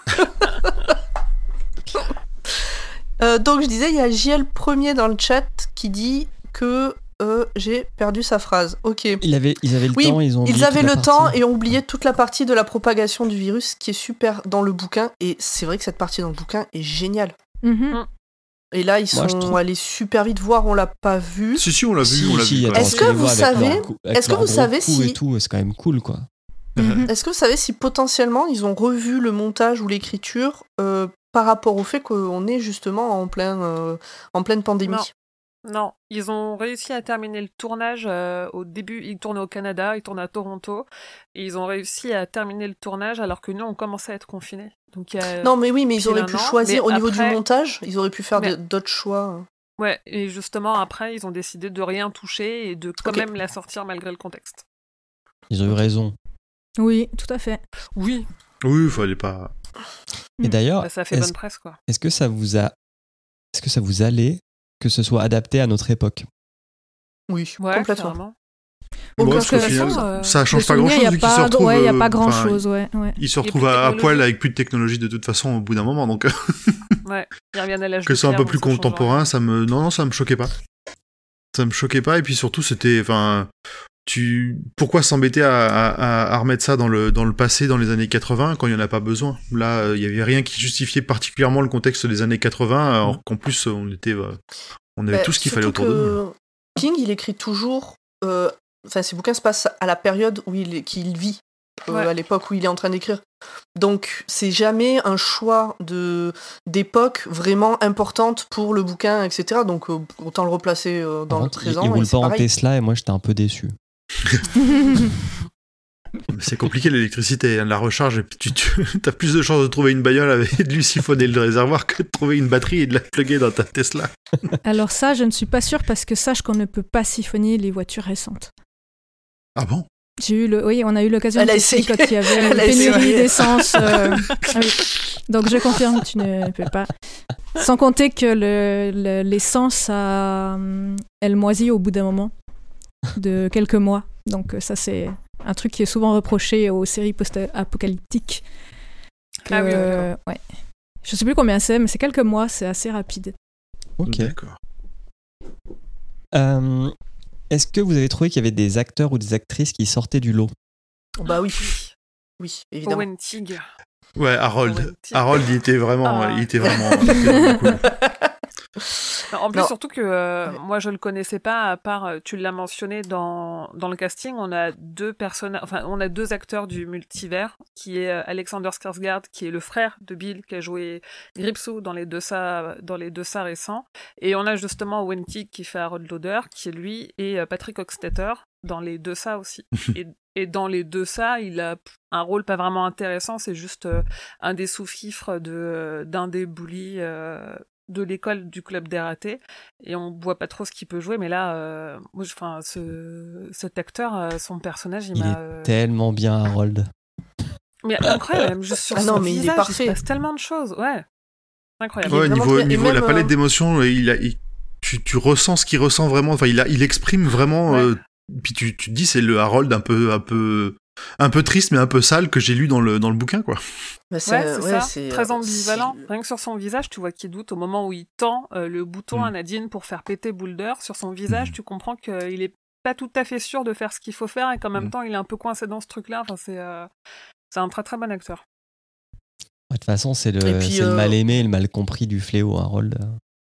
Euh, donc je disais, il y a J L premier dans le chat qui dit que euh, j'ai perdu sa phrase. Ok. Il avait, ils avaient le Oui, temps, ils ont oublié Ils avaient toute la le temps partie. et ont oublié toute la partie de la propagation du virus qui est super dans le bouquin. Et c'est vrai que cette partie dans le bouquin est géniale. Mhm. Et là, ils Moi, je sont trouve- allés super vite voir, on l'a pas vu. Si, si, on l'a vu, Si, on l'a si, vu. attends, quand même. Est-ce tu que les vous vois avec savez- leur cou- avec est-ce que leur vous gros savez cou si- et tout, c'est quand même cool, quoi. Mhm. Est-ce que vous savez si potentiellement ils ont revu le montage ou l'écriture euh, par rapport au fait qu'on est justement en, plein, euh, en pleine pandémie? Non. Non, ils ont réussi à terminer le tournage euh, au début. Ils tournaient au Canada, ils tournaient à Toronto, et ils ont réussi à terminer le tournage alors que nous on commençait à être confinés. Donc il y a... Non, mais oui, mais ils pile auraient un pu an, choisir mais au niveau après- du montage, ils auraient pu faire Mais- de- d'autres choix. Ouais, et justement après ils ont décidé de rien toucher et de quand Ok. même la sortir malgré le contexte. Ils ont eu raison. Oui, tout à fait. Oui, Oui, il fallait pas. Et Mm. d'ailleurs, bah, ça fait est-ce bonne presse quoi. est-ce que ça vous a, est-ce que ça vous allait que ce soit adapté à notre époque? Oui, Ouais, complètement. clairement. Aucun Bon, parce qu'au souci. final, euh, ça De change pas souvenir, grand il y chose a vu qu'ils se pas- retrouvent. ouais, il y a euh, pas grand enfin, chose, ouais, ouais. Ils se Et puis retrouvent à, à technologie. poil avec plus de technologie de toute façon au bout d'un moment, donc Ouais, ils reviennent à l'âge que de ce soit un pierre, peu plus donc ça change contemporain, ça me non non ça me choquait pas. Ça me choquait pas et puis surtout c'était enfin tu pourquoi s'embêter à, à, à remettre ça dans le dans le passé dans les années quatre-vingts quand il y en a pas besoin. Là il euh, y avait rien qui justifiait particulièrement le contexte des années quatre-vingts alors qu'en plus on était euh, on avait Bah, tout ce qu'il fallait surtout autour de que nous. King, il écrit toujours. euh, Enfin, ses bouquins se passent à la période où il, qu'il vit, euh, Ouais. à l'époque où il est en train d'écrire. Donc, c'est jamais un choix de, d'époque vraiment importante pour le bouquin, et cetera. Donc, euh, autant le replacer euh, dans Par le contre, présent. il, il et roule c'est pas en pareil. Tesla et moi j'étais un peu déçu. C'est compliqué l'électricité, hein, la recharge et puis tu, tu as plus de chances de trouver une bagnole avec de lui siphonner le réservoir que de trouver une batterie et de la plugger dans ta Tesla. Alors ça, je ne suis pas sûre parce que sache qu'on ne peut pas siphonner les voitures récentes. Ah bon? J'ai eu le, oui, on a eu l'occasion Elle de a tester essayé. quand il y avait une Elle a pénurie essayé. d'essence. euh, ah oui. Donc je confirme, tu ne peux pas. Sans compter que le, le- l'essence, a, hum, elle moisit au bout d'un moment, de quelques mois. Donc euh, ça, c'est un truc qui est souvent reproché aux séries post-apocalyptiques. Que, Ah oui, d'accord. euh, ouais. Je sais plus combien c'est, mais c'est quelques mois, c'est assez rapide. Ok. D'accord. Euh, Est-ce que vous avez trouvé qu'il y avait des acteurs ou des actrices qui sortaient du lot? Bah oui. Oui, évidemment. Owen Teague. Ouais, Harold. Owen Teague. Harold, il était vraiment, Ah. il était vraiment, il était vraiment cool. Non, en plus, Non. surtout que euh, Ouais. moi, je le connaissais pas, à part, euh, tu l'as mentionné dans, dans le casting, on a deux personnages, enfin, on a deux acteurs du multivers, qui est euh, Alexander Skarsgård, qui est le frère de Bill, qui a joué Gripsou dans les deux ça, dans les deux ça récents, et on a justement Owen Teague qui fait Harold Lauder, qui est lui, et euh, Patrick Hockstetter dans les deux ça aussi. et, et dans les deux ça, il a un rôle pas vraiment intéressant, c'est juste euh, un des sous-fifres de, d'un des bullies euh, de l'école du club des ratés, et on voit pas trop ce qu'il peut jouer, mais là, euh, moi, je- enfin, ce, cet acteur, euh, son personnage, il, Il m'a... est euh, tellement bien, Harold. Mais incroyable, même juste sur Ah non, son mais il est visage, parfait. il se passe tellement de choses, ouais. Incroyable. Il est Ouais, vraiment niveau, bien. Et niveau même, la palette euh, d'émotions, il a, il- tu, tu ressens ce qu'il ressent vraiment. Enfin, il a, il exprime vraiment. Ouais. euh, puis tu, tu te dis, c'est le Harold un peu, un peu, un peu triste, mais un peu sale que j'ai lu dans le, dans le bouquin, quoi. Bah, Ouais, c'est ouais, ça, c'est, très euh, ambivalent. c'est- Rien que sur son visage, tu vois qu'il doute au moment où il tend euh, le bouton Mm. à Nadine pour faire péter Boulder. Sur son visage, Mm. tu comprends qu'il est pas tout à fait sûr de faire ce qu'il faut faire et qu'en même Mm. temps, il est un peu coincé dans ce truc-là. Enfin, c'est euh, c'est un très très bon acteur. De toute façon, c'est le, Et puis, c'est le euh, mal aimé et le mal compris du fléau, Harold.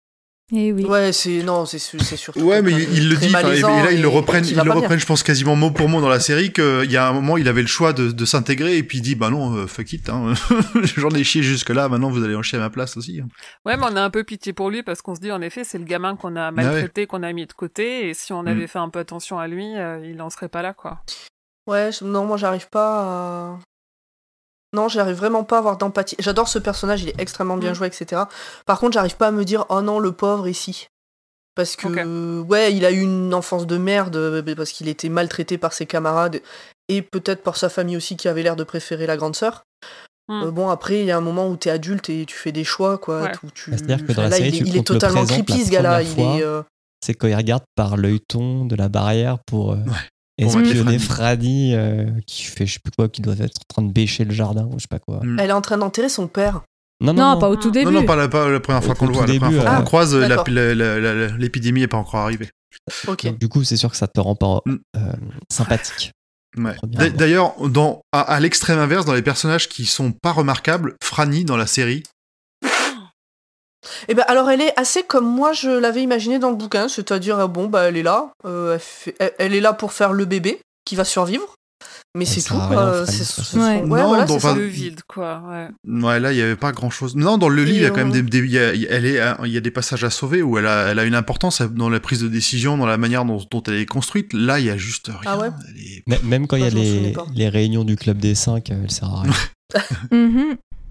Et oui. Ouais, c'est non, c'est su- c'est surtout. Ouais, mais quelqu'un il, il de le très dit. enfin, Et, malaisant et là, ils le et reprennent, qui ils va le pas bien. reprennent, je pense quasiment mot pour mot dans la série. Qu'il y a un moment, il avait le choix de, de s'intégrer et puis il dit, bah non, euh, fuck it. Hein. J'en ai chié jusque là. Maintenant, vous allez en chier à ma place aussi. Ouais, mais on a un peu pitié pour lui parce qu'on se dit, en effet, c'est le gamin qu'on a maltraité, qu'on a mis de côté. Et si on avait Mm. fait un peu attention à lui, euh, il en serait pas là, quoi. Ouais, je- non, moi j'arrive pas à. Non, j'arrive vraiment pas à avoir d'empathie. J'adore ce personnage, il est extrêmement bien Mm. joué, et cetera. Par contre, j'arrive pas à me dire, oh non, le pauvre ici. Parce que, Ok. ouais, il a eu une enfance de merde, euh, parce qu'il était maltraité par ses camarades, et peut-être par sa famille aussi, qui avait l'air de préférer la grande sœur. Mm. Euh, bon, après, il y a un moment où t'es adulte et tu fais des choix, quoi. Ouais. où tu... Bah, c'est-à-dire que dans la là, série, il est, tu- il on est te le totalement présente creepy, la ce gars-là. première Il fois. est. euh, C'est quand il regarde par l'œilleton de la barrière pour euh, Pour mater espionner Franny. Franny, euh, qui fait je sais plus quoi, qui doit être en train de bêcher le jardin ou je sais pas quoi. Mm. Elle est en train d'enterrer son père. Non, Non, pas au tout Non, début. Non, non, pas la, pas la première fois Au qu'on le tout voit. La début, première fois euh, qu'on le croise, la- d'accord. la- la- la- l'épidémie est pas encore arrivée. Ok. Donc, du coup, c'est sûr que ça te rend pas Mm. euh, sympathique. Ouais. Première D'a- fois. D'ailleurs, dans, à, à l'extrême inverse, dans les personnages qui sont pas remarquables, Franny dans la série, Et ben alors elle est assez comme moi je l'avais imaginé dans le bouquin, c'est-à-dire euh, bon bah elle est là, euh, elle, fait- elle- elle est là pour faire le bébé qui va survivre, mais Elle c'est sert tout. à rien, quoi, Franny, c'est- de toute ce façon. sont- Ouais. ouais, Non, voilà, donc, c'est enfin, ça. Le vide, quoi. Ouais. ouais, là, il y avait pas grand chose. Non, dans le Et, livre, il y a quand même euh, des, des- il y a, elle est, il y a des passages à sauver où elle a, elle a une importance dans la prise de décision, dans la manière dont, dont elle est construite. Là, il y a juste rien. Ah ouais Elle est- M- Même quand il y a Moi, je m'en les, souvenais pas. les réunions du club des cinq, euh, elle sert à rien. Mhm.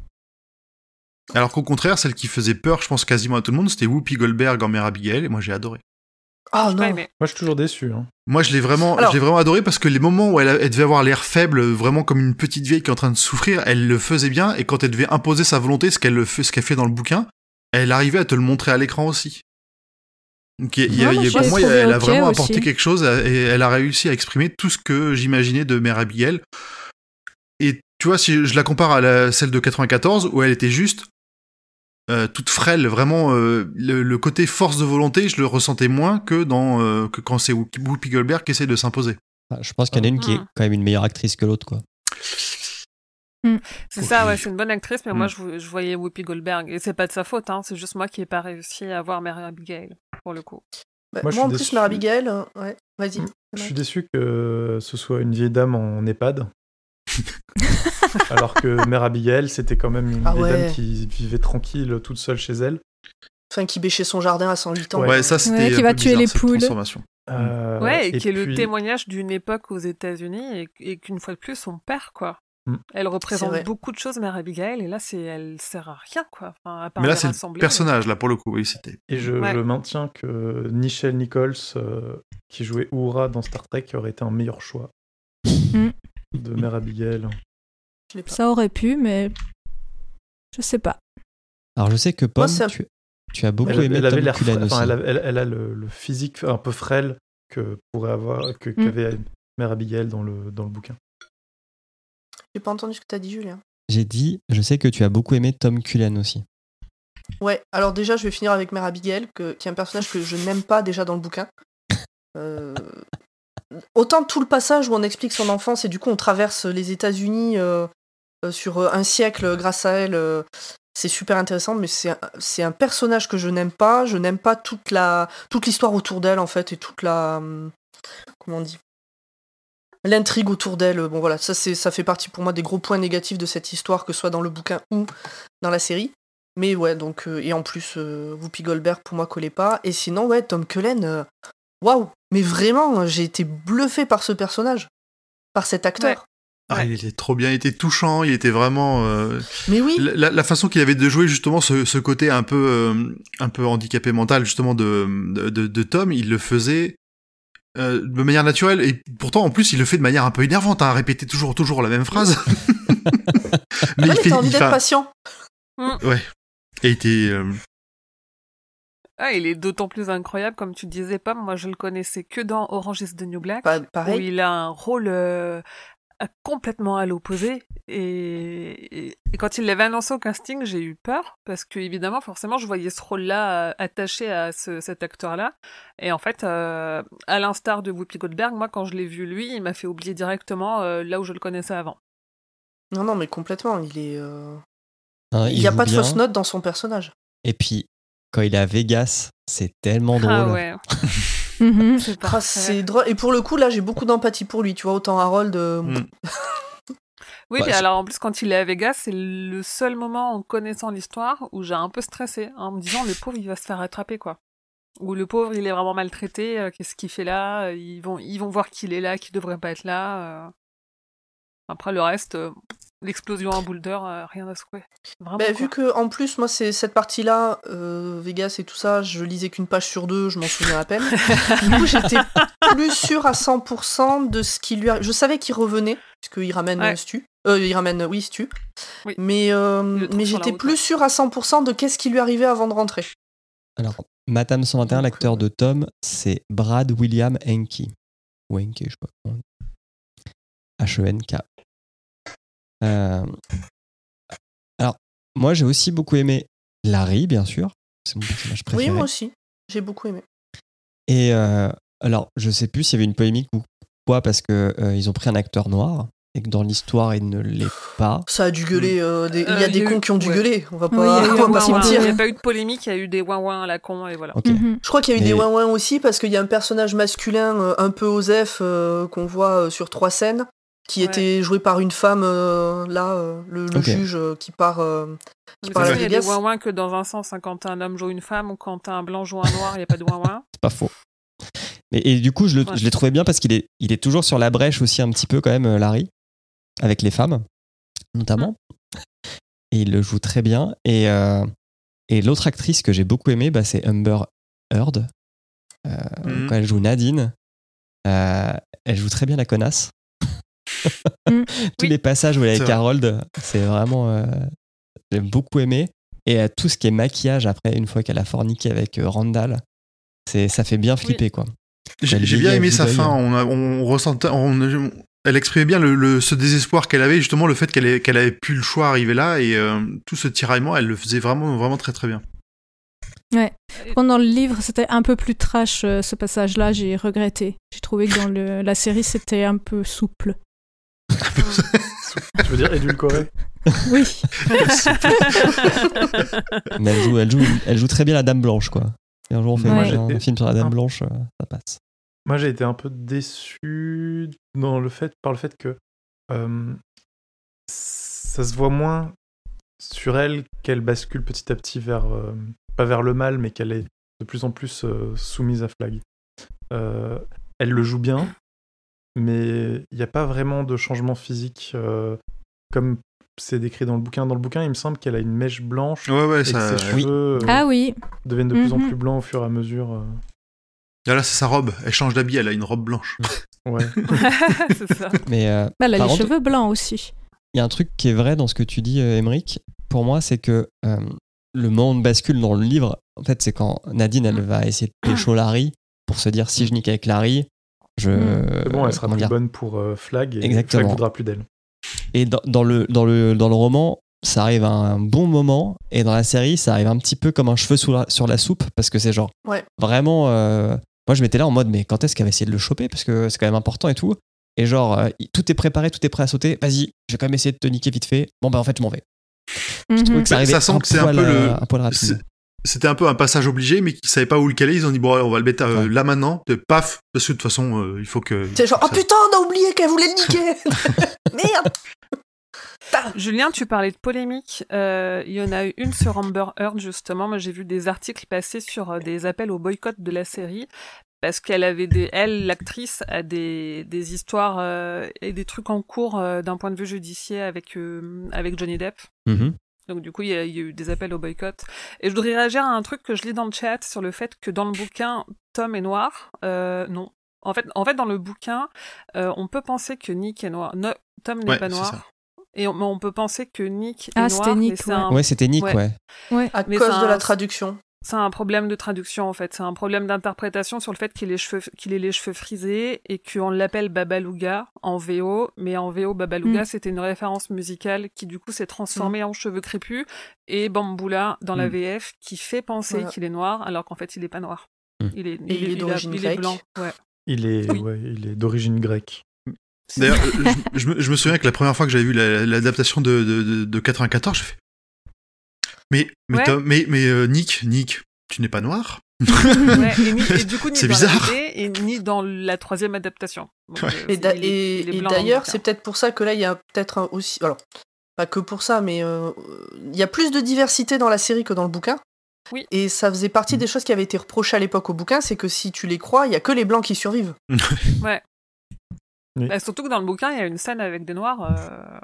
Alors qu'au contraire, celle qui faisait peur, je pense quasiment à tout le monde, c'était Whoopi Goldberg en Mère Abigail, et moi j'ai adoré. Ah J'ai pas non. aimé. Moi, je suis toujours déçu. Hein. Moi, je l'ai vraiment, Alors- je l'ai vraiment adoré parce que les moments où elle, a- elle devait avoir l'air faible, vraiment comme une petite vieille qui est en train de souffrir, elle le faisait bien. Et quand elle devait imposer sa volonté, ce qu'elle le fait, ce qu'elle fait dans le bouquin, elle arrivait à te le montrer à l'écran aussi. Donc, il y a- il y a- Ouais, il y a- moi, pour moi, je l'ai elle a trouvé vraiment ok apporté aussi. quelque chose et elle a réussi à exprimer tout ce que j'imaginais de Mère Abigail. Et tu vois, si je la compare à la, celle de quatre-vingt-quatorze, où elle était juste euh, toute frêle, vraiment euh, le, le côté force de volonté, je le ressentais moins que dans euh, que quand c'est Whoopi Whoopi Goldberg qui essaie de s'imposer. Enfin, je pense qu'il y en a une qui est Mm. quand même une meilleure actrice que l'autre, quoi. C'est ça, ouais, c'est une bonne actrice, mais Mm. moi, je, vo- je voyais Whoopi Goldberg. Et c'est pas de sa faute, hein, c'est juste moi qui ai pas réussi à voir Mary Abigail, pour le coup. Bah, Moi, moi, je en suis plus déçu. Mère Abigail, euh, ouais, vas-y. Mm. Je suis déçu que ce soit une vieille dame en EHPAD. Alors que Mère Abigail, c'était quand même une Ah vieille ouais. dame qui vivait tranquille, toute seule chez elle. Enfin, qui bêchait son jardin à cent huit ans. Ouais, ça c'était Ouais, qui un va peu tuer bizarre, les cette poules. transformation. Euh, Ouais, et, qui est le puis- témoignage d'une époque aux États-Unis et, et qu'une fois de plus, son père, quoi. Mm. Elle représente vrai. beaucoup de choses, Mère Abigail, et là, c'est, elle sert à rien, quoi. Enfin, à part Mais là les c'est le rassembler, personnage là pour le coup, oui c'était. Et je, Ouais. je maintiens que Nichelle Nichols, euh, qui jouait Uhura dans Star Trek, aurait été un meilleur choix. Mhm. de Mère Abigail. Je l'ai pas. Ça aurait pu, mais je sais pas. Alors je sais que Pomme, Moi, ça- tu, tu as beaucoup Elle, aimé elle avait Tom l'air Cullen frêle, aussi. enfin, elle, a, elle, elle a le, le physique un peu frêle que pourrait avoir que, qu'avait Mère Abigail dans le, dans le bouquin. J'ai pas entendu ce que t'as dit, Julien. J'ai dit, je sais que tu as beaucoup aimé Tom Cullen aussi. Ouais, alors déjà, je vais finir avec Mère Abigail, que, qui est un personnage que je n'aime pas déjà dans le bouquin. Euh, Autant tout le passage où on explique son enfance et du coup on traverse les États-Unis euh, euh, sur un siècle grâce à elle, euh, c'est super intéressant, mais c'est un, c'est un personnage que je n'aime pas. Je n'aime pas toute la toute l'histoire autour d'elle en fait et toute la hum, comment on dit l'intrigue autour d'elle. Bon voilà, ça c'est ça fait partie pour moi des gros points négatifs de cette histoire, que ce soit dans le bouquin ou dans la série. Mais ouais, donc euh, et en plus euh, Whoopi Goldberg pour moi collait pas. Et sinon ouais, Tom Cullen. euh, Waouh, mais vraiment, j'ai été bluffé par ce personnage, par cet acteur. Ah, Ouais. il était trop bien, il était touchant, il était vraiment... euh, Mais oui, la, la façon qu'il avait de jouer justement ce, ce côté un peu, euh, un peu handicapé mental justement de, de, de, de Tom, il le faisait euh, de manière naturelle et pourtant en plus il le fait de manière un peu énervante, hein, à répéter toujours, toujours la même phrase. mais, il mais fait... t'as envie il d'être fait- patient. Ouais. Et il était... euh, Ah, il est d'autant plus incroyable, comme tu disais, Pomme. Moi, je le connaissais que dans Orange is the New Black, Pa- où pareil. il a un rôle euh, à- complètement à l'opposé. Et, et, et quand il l'avait annoncé au casting, j'ai eu peur, parce que évidemment, forcément, je voyais ce rôle-là euh, attaché à ce, cet acteur-là. Et en fait, euh, à l'instar de Whoopi Goldberg, moi, quand je l'ai vu lui, il m'a fait oublier directement euh, là où je le connaissais avant. Non, non, mais complètement, il est... euh, Hein, Il n'y a joue pas de bien. fausse note dans son personnage. Et puis, quand il est à Vegas, c'est tellement drôle. Ah ouais, Mhm. c'est Ah, parfait. c'est drôle. Et pour le coup, là, j'ai beaucoup d'empathie pour lui. Tu vois, autant Harold... euh, Mm. Oui, Bah, puis c'est- alors en plus, quand il est à Vegas, c'est le seul moment en connaissant l'histoire où j'ai un peu stressé, en me disant le pauvre, il va se faire attraper, quoi. Ou le pauvre, il est vraiment maltraité, euh, qu'est-ce qu'il fait là? Ils vont, ils vont voir qu'il est là, qu'il devrait pas être là. euh. Après, le reste, euh, l'explosion en Boulder, euh, rien à secouer. Vraiment, Bah, quoi. vu que en plus moi c'est cette partie-là, euh, Vegas et tout ça, je lisais qu'une page sur deux, je m'en souviens à peine. Du coup j'étais plus sûre à cent pour cent de ce qui lui arrive. Je savais qu'il revenait, puisqu'il ramène Ouais. euh, Stu. Euh, il ramène, oui, Stu. Oui. Mais, euh, Il le trouve mais sur la j'étais route, plus ouais. sûre à cent pour cent de qu'est-ce qui lui arrivait avant de rentrer. Alors, Madame cent vingt et un, Donc, l'acteur euh, de Tom, c'est Brad William Henke. Ou Henke, je sais pas comment on dit. H E N K. Euh, Alors, moi, j'ai aussi beaucoup aimé Larry, bien sûr. C'est mon personnage préféré. Oui, moi aussi. J'ai beaucoup aimé. Et euh, alors, je sais plus s'il y avait une polémique ou quoi, parce que euh, ils ont pris un acteur noir et que dans l'histoire, il ne l'est pas. Ça a dû gueuler. euh, des- Il y Euh, a des il y a cons eu- qui ont dû ouais. gueuler. On va Oui, pas, il y a eu on un va pas se petit Ouin-ouin. peu. Il n'y mentir. a pas eu de polémique, il y a eu des ouin-ouin à la con, et voilà. Ok. Mhm. Je crois qu'il y a eu Mais- des ouin-ouin aussi parce qu'il y a un personnage masculin euh, un peu osef euh, qu'on voit euh, sur trois scènes qui Ouais. était joué par une femme, euh, là, euh, le, le Ok. juge euh, qui part. euh, Mais parle de à toute façon, il y a des Vegas. ouin-ouin que dans un sens, hein, quand un homme joue une femme ou quand un blanc joue un noir, il n'y a pas de ouin-ouin. C'est pas faux. Mais, et du coup, je, le- Ouais. je l'ai trouvé bien parce qu'il est, il est toujours sur la brèche aussi un petit peu quand même, euh, Larry, avec les femmes, notamment. Et il le joue très bien. Et, euh, et l'autre actrice que j'ai beaucoup aimée, bah, c'est Amber Heard. Euh, Mhm. Quand elle joue Nadine, euh, elle joue très bien la connasse. Mm. Tous Oui. les passages où elle est C'est avec vrai. Harold, c'est vraiment... euh, j'ai beaucoup aimé. Et euh, tout ce qui est maquillage après, une fois qu'elle a forniqué avec euh, Randall, c'est, ça fait bien flipper, quoi. J'ai Elle j'ai bien vieillit à aimé vue sa d'œil. fin. On, a- on ressentait, on- elle exprimait bien le, le- ce désespoir qu'elle avait, justement le fait qu'elle ait- qu'elle avait plus le choix arriver là et euh, tout ce tiraillement, elle le faisait vraiment, vraiment très très bien. Pendant le livre, c'était un peu plus trash euh, ce passage-là, j'ai regretté. J'ai trouvé que dans le, la série, c'était un peu souple. Tu veux dire édulcoré? Oui. Mais elle joue, elle, joue, elle joue très bien la Dame Blanche, quoi. Et un jour, on fait Ouais. un, un film sur la Dame Un- Blanche, euh, ça passe. Moi, j'ai été un peu déçu dans le fait, par le fait que euh, ça se voit moins sur elle qu'elle bascule petit à petit vers, euh, pas vers le mal, mais qu'elle est de plus en plus euh, soumise à Flag. Euh, elle le joue bien, mais il n'y a pas vraiment de changement physique euh, comme c'est décrit dans le bouquin. Dans le bouquin, il me semble qu'elle a une mèche blanche Ouais, ouais, et ça. que ses oui. cheveux euh, Ah oui. deviennent de plus en Mhm. plus blancs au fur et à mesure. euh. Là, c'est sa robe. Elle change d'habit, elle a une robe blanche. Ouais. C'est ça. Mais euh, Elle a par les contre, cheveux blancs aussi. il y a un truc qui est vrai dans ce que tu dis, euh, Émeric. Pour moi, c'est que euh, le monde bascule dans le livre. En fait, c'est quand Nadine, elle va essayer de pécho Larry pour se dire si je nique avec Larry, je. C'est bon, elle sera comment plus dire bonne pour euh, Flag et Exactement. Flag voudra plus d'elle. Et dans, dans le, dans, le, dans le roman, ça arrive à un bon moment, et dans la série, ça arrive un petit peu comme un cheveu sous la, sur la soupe, parce que c'est genre Ouais. vraiment. Euh, moi, je m'étais là en mode, mais quand est-ce qu'elle va essayer de le choper? Parce que c'est quand même important et tout. Et genre, euh, tout est préparé, tout est prêt à sauter. Vas-y, je vais quand même essayer de te niquer vite fait. Bon, bah en fait, je m'en vais. Je trouvais que ça Bah, arrivait ça sent un que c'est un poil, peu le- euh, un poil rapidement. C'était un peu un passage obligé, mais qu'ils savaient pas où le caler. Ils ont dit bon, on va le mettre euh, Ouais. là maintenant, de paf, parce que de toute façon, euh, il faut que. C'est genre, ça- oh putain, on a oublié qu'elle voulait le niquer. Merde. Julien, tu parlais de polémique. Euh, Il y en a eu une sur Amber Heard, justement. Moi, j'ai vu des articles passer sur euh, des appels au boycott de la série. Parce qu'elle avait des, elle, l'actrice, a des, des histoires euh, et des trucs en cours euh, d'un point de vue judiciaire avec, euh, avec Johnny Depp. Mhm. Donc du coup, il y, a, il y a eu des appels au boycott. Et je voudrais réagir à un truc que je lis dans le chat sur le fait que dans le bouquin, Tom est noir. Euh, non. En fait, en fait, dans le bouquin, euh, on peut penser que Nick est noir. No, Tom n'est Ouais, pas c'est noir. ça. Et on, mais on peut penser que Nick est Ah, noir. c'était Nick, mais c'est ouais. un, Ouais, c'était Nick, Ouais. ouais. À Mais cause c'est de un- la traduction. c'est un problème de traduction en fait. C'est un problème d'interprétation sur le fait qu'il ait, les cheveux, qu'il ait les cheveux frisés et qu'on l'appelle Babaluga en V O. Mais en V O, Babaluga, Mm. c'était une référence musicale qui du coup s'est transformée en cheveux crépus. Et Bamboula dans la Mm. V F qui fait penser Voilà. qu'il est noir alors qu'en fait il est pas noir. Mm. Il est, Et il est a- d'origine il est grecque. blanc. Ouais. Il est, Oui. ouais, il est d'origine grecque. D'ailleurs, euh, je, je me, je me souviens que la première fois que j'avais vu la- l'adaptation de, de, de, de quatre-vingt-quatorze, je fais. Mais, mais, Ouais. Tom- mais, mais euh, Nick, Nick, tu n'es pas noir? Ouais, et, ni- et du coup, ni C'est dans bizarre. la B D et ni dans la troisième adaptation. Donc, Ouais. euh, Et, da- il est- et- il est et blanc dans le d'ailleurs, bouquin. c'est peut-être pour ça que là, il y a peut-être un aussi. Alors, pas que pour ça, mais euh, il y a plus de diversité dans la série que dans le bouquin. Oui. Et ça faisait partie des choses qui avaient été reprochées à l'époque au bouquin, c'est que si tu les crois, il y a que les blancs qui survivent. Ouais. Oui. Bah, surtout que dans le bouquin, il y a une scène avec des noirs euh,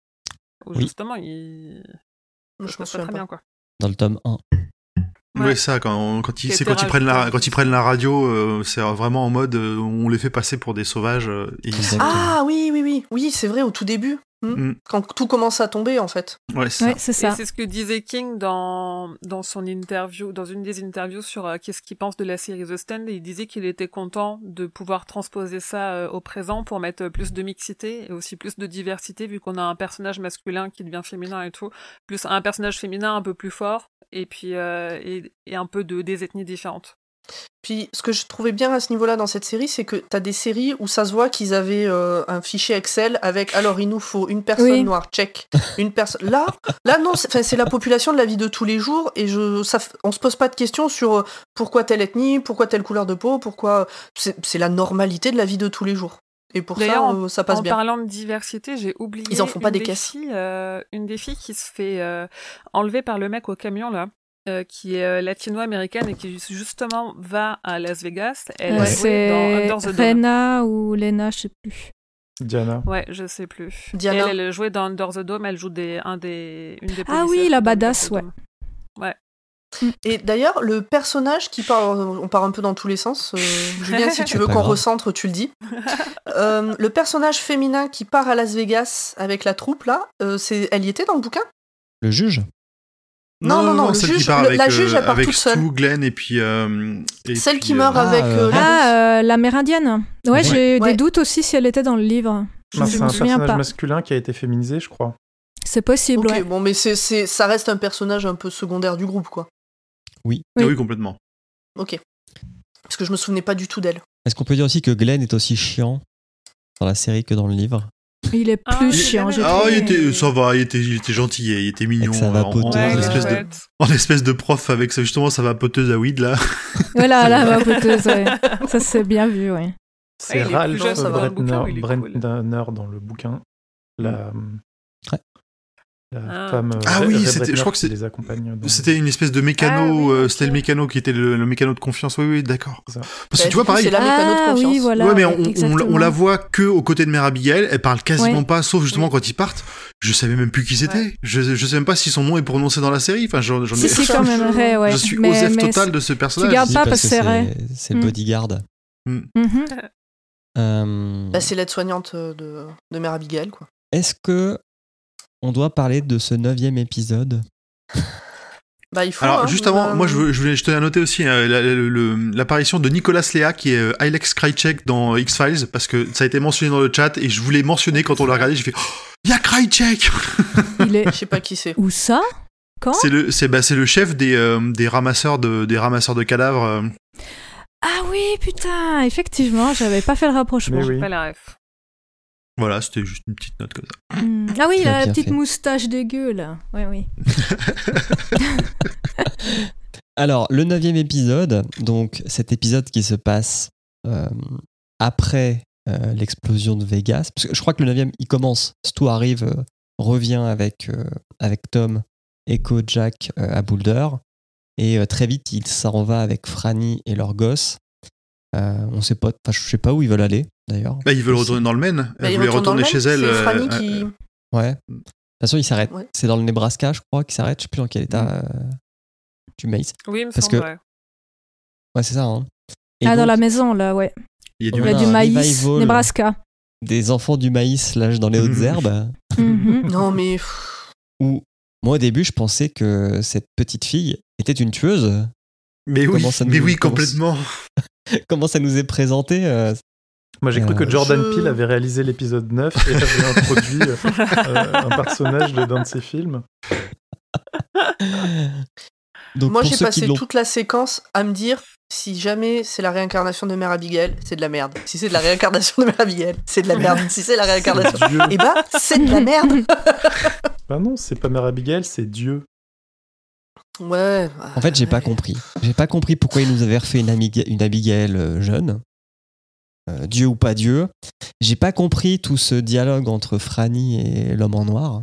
où Oui. justement, il. Je ça m'en se passe souviens très pas. bien, quoi. Dans le tome un. Ouais. Ouais, ça, quand, quand ils, Qui a c'est été quand ils prennent la, rajouté. quand ils prennent la radio, euh, c'est vraiment en mode, euh, on les fait passer pour des sauvages. euh, et ils- Exactement. Ah oui, oui, oui. Oui, c'est vrai, au tout début. Hmm. Mm. Quand tout commence à tomber, en fait. Ouais, c'est Ouais, ça. c'est Et ça. c'est ce que disait King dans, dans son interview, dans une des interviews sur euh, qu'est-ce qu'il pense de la série The Stand, et il disait qu'il était content de pouvoir transposer ça euh, au présent pour mettre euh, plus de mixité et aussi plus de diversité, vu qu'on a un personnage masculin qui devient féminin et tout, plus un personnage féminin un peu plus fort, et puis euh, et, et un peu de des ethnies différentes. Puis, ce que je trouvais bien à ce niveau-là dans cette série, c'est que t'as des séries où ça se voit qu'ils avaient euh, un fichier Excel avec alors il nous faut une personne Oui. noire, check. Une personne. Là, là non, c'est, 'fin, c'est la population de la vie de tous les jours et je, ça, f- on se pose pas de questions sur euh, pourquoi telle ethnie, pourquoi telle couleur de peau, pourquoi. C'est, c'est la normalité de la vie de tous les jours. Et pour ça, D'ailleurs, euh, ça passe en bien. parlant de diversité, j'ai oublié Ils en font pas une des des caisses. filles, euh, une des filles qui se fait euh, enlever par le mec au camion là. Euh, qui est euh, latino-américaine et qui justement va à Las Vegas. Elle Euh, a joué dans c'est Under the Dome. Rena ou Lena, je sais plus. Diana. Ouais, je sais plus. Diana. Elle, elle jouait dans Under the Dome, elle joue des, un des, une des Ah oui, policières la dans badass, Under the Dome. Et d'ailleurs, le personnage qui parle, on part un peu dans tous les sens. euh, Julien, si tu veux Pas qu'on grave. recentre, tu le dis. Euh, le personnage féminin qui part à Las Vegas avec la troupe là, euh, c'est, elle y était dans le bouquin? Le juge Non, non, non, le celle qui juge- part le- avec, la juge, euh, elle part avec toute seule. Stu, Glenn et puis. euh, et Celle puis, qui meurt euh, Ah, avec euh, euh, la- Ah, euh, l'amérindienne. Ouais, Ouais. j'ai Ouais. des doutes aussi si elle était dans le livre. Je Non, ne c'est me un souviens personnage pas. masculin qui a été féminisé, je crois. C'est possible, Ok, ouais. bon, mais c'est, c'est, ça reste un personnage un peu secondaire du groupe, quoi. Oui. ah Oui. oui, complètement. Ok. Parce que je me souvenais pas du tout d'elle. Est-ce qu'on peut dire aussi que Glenn est aussi chiant dans la série que dans le livre? Il est Ah, plus il est chiant, jamais- j'ai Ah, trouvé. il était, ça va, il était, il était gentil, il était mignon. Avec sa en- vapoteuse. en, Ouais, en il est espèce de, chouette. en espèce de prof avec ça, justement sa vapoteuse à weed là. Voilà, la vapoteuse, ouais. Ça, c'est bien vu, ouais. C'est il est plus Ralph jeune, ça va, dans le bouquin, Brentner, il est Brentner dans le bouquin. La, Ouais. la Ah. femme. euh, Ah Ray- oui, Ray c'était- je Brentner crois que qui c'est- les accompagne. dans- C'était une espèce de mécano, Ah oui, euh, ok. c'était le mécano qui était le, le mécano de confiance. Oui, oui, d'accord. C'est ça. Parce Bah, que tu vois, du coup, pareil. c'est la mécano de Ah confiance. oui, voilà. ouais, mais on, on, exactement. on la voit que aux côtés de Mère Abigail. Elle parle quasiment Ouais. pas, sauf justement Oui. quand ils partent. Je savais même plus qui c'était. Ouais. Je, je sais même pas si son nom est prononcé dans la série. Enfin, j'en, j'en Si, ai. si, quand même, Ray, ouais. Je suis Mais- Osef mais total c'est- de ce personnage. gardes Si, pas parce que c'est c'est vrai. c'est le Mm. bodyguard. Mhm. Euh, Bah, c'est l'aide-soignante de, de Mère Abigail, quoi. Est-ce que on doit parler de ce neuvième épisode? Bah, il faut. Alors, hein, juste avant, bah, moi, je, veux, je, voulais, je tenais à noter aussi hein, la- le- le- l'apparition de Nicolas Léa, qui est euh, Alex Krycek dans X-Files, parce que ça a été mentionné dans le chat, et je voulais mentionner quand on l'a regardé, j'ai fait oh, « Y'a Krycek !» Il est Je sais pas qui c'est. où ça? Quand? C'est le, c'est, bah, c'est le chef des, euh, des, ramasseurs de, des ramasseurs de cadavres. euh. Ah oui, putain, effectivement, j'avais pas fait le rapprochement. Mais oui. Pas la ref. Voilà, c'était juste une petite note comme ça. Hmm. Ah oui, Tu as la bien petite fait. moustache dégueu, là. Oui, oui. Alors, le neuvième épisode, donc cet épisode qui se passe euh, après euh, l'explosion de Vegas, parce que je crois que le neuvième, il commence, Stu arrive, euh, revient avec, euh, avec Tom, Echo, Jack euh, à Boulder, et euh, très vite, il s'en va avec Franny et leur gosse. Euh, on sait pas, enfin, je sais pas où ils veulent aller, d'ailleurs. Bah, ils veulent retourner dans le Maine. Bah, Elle il voulait retourne dans le retourner chez Maine, elle. C'est Franny euh, qui. euh, Ouais. De toute façon, il s'arrête. Ouais. C'est dans le Nebraska, je crois, qu'il s'arrête. Je sais plus dans quel état euh, du maïs. Oui, il me Parce semble. que- ouais. Ouais, c'est ça. Hein. Et Ah, dans donc, la maison, là, ouais. Il y a du On Il y a a du un maïs, revival. Nebraska. des enfants du maïs là, dans les hautes Mhm. herbes. Mhm. Non, mais. pff, Où moi, au début, je pensais que cette petite fille était une tueuse. Mais oui, Comment ça nous- mais oui, comment- complètement. Comment ça nous est présenté euh, Moi, j'ai cru Euh, que Jordan je- Peele avait réalisé l'épisode neuf et avait introduit euh, euh, un personnage de- d'un de ses films. Donc, Moi, pour j'ai ceux qui passé l'ont- toute la séquence à me dire si jamais c'est la réincarnation de Mère Abigail, c'est de la merde. Si c'est de la réincarnation de Mère Abigail, c'est de la merde. Si c'est la réincarnation, Dieu. et bah, c'est de la merde. Bah non, c'est pas Mère Abigail, c'est Dieu. Ouais. En fait, j'ai pas compris. J'ai pas compris pourquoi ils nous avaient refait une, Amig- une Abigail euh, jeune. Euh, Dieu ou pas Dieu. J'ai pas compris tout ce dialogue entre Franny et l'homme en noir.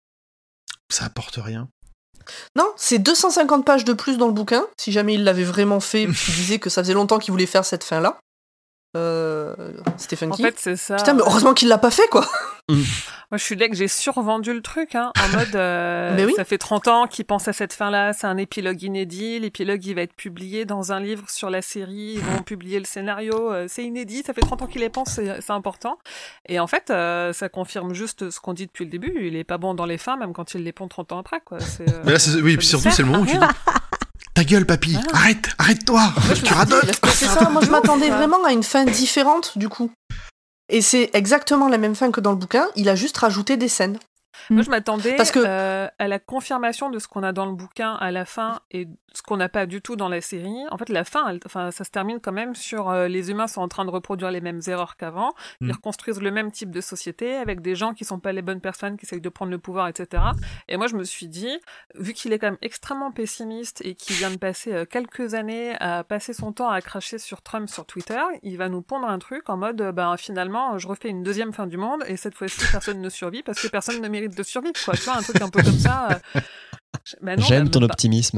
Ça apporte rien. Non, c'est deux cent cinquante pages de plus dans le bouquin, si jamais il l'avait vraiment fait, parce qu'il disait que ça faisait longtemps qu'il voulait faire cette fin-là. Euh, Stephen En King. fait, c'est ça. Putain, mais heureusement qu'il l'a pas fait, quoi. Moi, je suis là que j'ai survendu le truc, hein, en mode, euh, Mais oui. ça fait trente ans qu'ils pensent à cette fin-là, c'est un épilogue inédit, l'épilogue, il va être publié dans un livre sur la série, ils vont publier le scénario, euh, c'est inédit, ça fait trente ans qu'ils les pensent, c'est, c'est important. Et en fait, euh, ça confirme juste ce qu'on dit depuis le début, il est pas bon dans les fins, même quand il les pond trente ans après, quoi. C'est, euh, Mais là, c'est, oui, ça puis ne surtout, sert c'est le moment à où tu rien. dis ta gueule, papy, Ah. arrête, arrête-toi, je me tu suis dit, radotes. laisse passer ça. Moi, je m'attendais vraiment à une fin différente, du coup. Et c'est exactement la même fin que dans le bouquin, il a juste rajouté des scènes. Moi, je m'attendais Parce que- euh, à la confirmation de ce qu'on a dans le bouquin à la fin et ce qu'on n'a pas du tout dans la série. En fait, la fin, elle- enfin, ça se termine quand même sur euh, les humains sont en train de reproduire les mêmes erreurs qu'avant. Ils Mm. reconstruisent le même type de société avec des gens qui sont pas les bonnes personnes, qui essayent de prendre le pouvoir, et cetera. Et moi, je me suis dit, vu qu'il est quand même extrêmement pessimiste et qu'il vient de passer euh, quelques années à passer son temps à cracher sur Trump sur Twitter, il va nous pondre un truc en mode, euh, ben finalement, je refais une deuxième fin du monde et cette fois-ci, personne ne survit parce que personne ne mérite de survivre, quoi. Tu vois, un truc un peu comme ça. euh. Je- bah non, J'aime bah, ton bah, optimisme.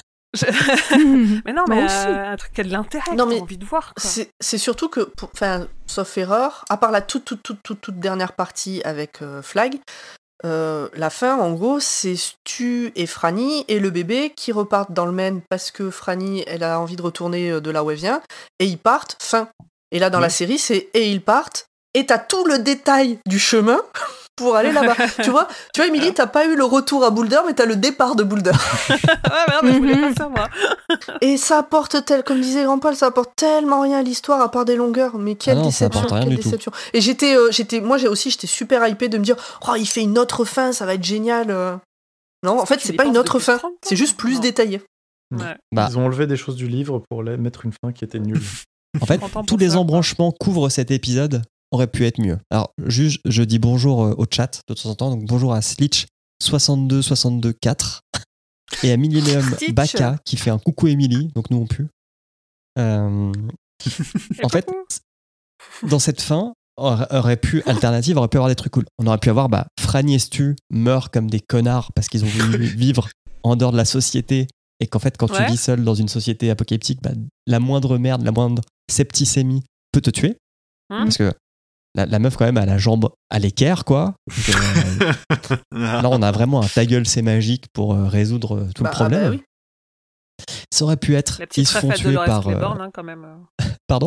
je- Mais non, mais Moi aussi. euh, un truc qui a de l'intérêt, Non, que mais t'as envie de voir, quoi. C'est c'est surtout que, pour- enfin, sauf erreur, à part la toute, toute, toute, toute, toute dernière partie avec euh, Flag, euh, la fin, en gros, c'est Stu et Franny et le bébé qui repartent dans le Maine parce que Franny, elle a envie de retourner euh, de là où elle vient, et ils partent, fin. Et là, dans la série, c'est et ils partent, et t'as tout le détail du chemin pour aller là-bas. Tu vois, tu vois, Émilie, t'as pas eu le retour à Boulder, mais t'as le départ de Boulder. Ouais, mais non, mais je voulais pas ça, moi. Et ça apporte tel, comme disait Grand Paul, ça apporte tellement rien à l'histoire à part des longueurs. Mais quelle Ah non, ça déception, apporte rien quelle du tout. déception. Et j'étais, euh, j'étais, moi j'ai aussi, j'étais super hypée de me dire, oh, il fait une autre fin, ça va être génial. euh. Non, en fait, Tu c'est y pas une penses autre depuis fin, trente ans, c'est juste plus non. détaillé. Ouais. Bah, Ils ont enlevé des choses du livre pour la- mettre une fin qui était nulle. en fait, trente ans tous pour les ça, quoi. embranchements couvrent cet épisode aurait pu être mieux. Alors, juste, je dis bonjour euh, au chat de temps en temps. Donc, bonjour à Slitch soixante-deux soixante-deux quatre et à Millennium Stitch. Baka qui fait un coucou Émilie, donc nous on pue. Euh, Et en fait, coucou. dans cette fin, aurait, aurait pu, alternative, aurait pu avoir des trucs cool. On aurait pu avoir bah, Franny et Stu meurent comme des connards parce qu'ils ont voulu vivre en dehors de la société et qu'en fait, quand Ouais. tu vis seul dans une société apocalyptique, bah, la moindre merde, la moindre septicémie peut te tuer. Hum. Parce que la, la meuf, quand même, a la jambe à l'équerre, quoi. Donc, euh, là, on a vraiment un ta gueule, c'est magique pour euh, résoudre euh, tout Bah, le problème. ah bah oui. Ça aurait pu être, La ils petite se font ref à tuer Dolores par. Claiborne, euh, hein, quand même. Pardon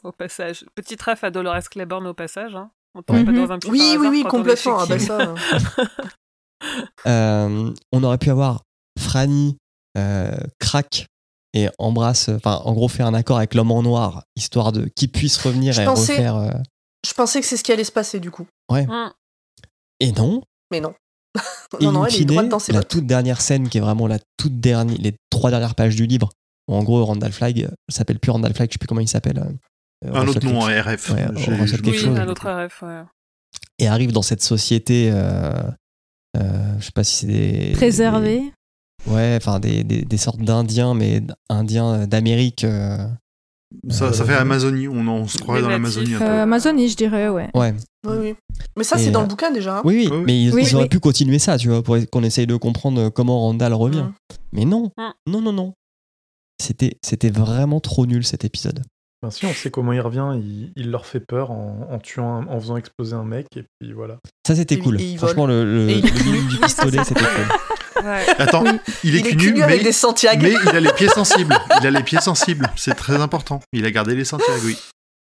au passage. Petite ref à Dolores Claiborne au passage. Hein. On tombe Mhm. pas dans un petit Oui, par oui, hasard oui, quand on est complètement. Ah chez bah Kim. ça. euh. Euh, on aurait pu avoir Franny euh, craque et embrasse, enfin en gros fait un accord avec l'homme en noir, histoire de qu'il puisse revenir Je et pensais- refaire. euh, Je pensais que c'est ce qui allait se passer du coup. Mm. Et non. Mais non. Et non, non, in elle est fine, droite dans ses la bottes. toute dernière scène qui est vraiment la toute dernière, les trois dernières pages du livre. Où en gros, Randall Flagg euh, s'appelle plus Randall Flagg, je sais plus comment il s'appelle. euh, Un Russell autre nom en quelque- R F. Ouais, J'ai- Russell je- quelque Oui, chose. un autre ref, ouais. Et arrive dans cette société. Euh, euh, je sais pas si c'est des. Préservé. des- ouais, enfin des, des, des sortes d'Indiens, mais Indiens d'Amérique. euh, Ça, ça Euh, fait Amazonie, on, on se croirait Les dans natifs. l'Amazonie un peu. Euh, Amazonie, je dirais, ouais. ouais. Oui, oui. Mais ça, Et, c'est dans euh, le bouquin déjà. hein. Oui, oui, Oui. mais ils, Oui, ils auraient oui. pu continuer ça, tu vois, pour qu'on essaye de comprendre comment Randall revient. Mm. Mais non, Mm. non, non, non. C'était, c'était vraiment trop nul cet épisode. Ben si, on sait comment il revient, il, il leur fait peur en, en tuant, un- en faisant exploser un mec, et puis voilà. Ça, c'était Et- cool. et il Franchement, le, le, Et il est le cul mime du nu. pistolet, c'était cool. Ouais. Attends, Oui. il est Il est cul cul nu, nu mais, avec des Santiago. mais il a les pieds sensibles. Il a les pieds sensibles, c'est très important. Il a gardé les Santiago, oui.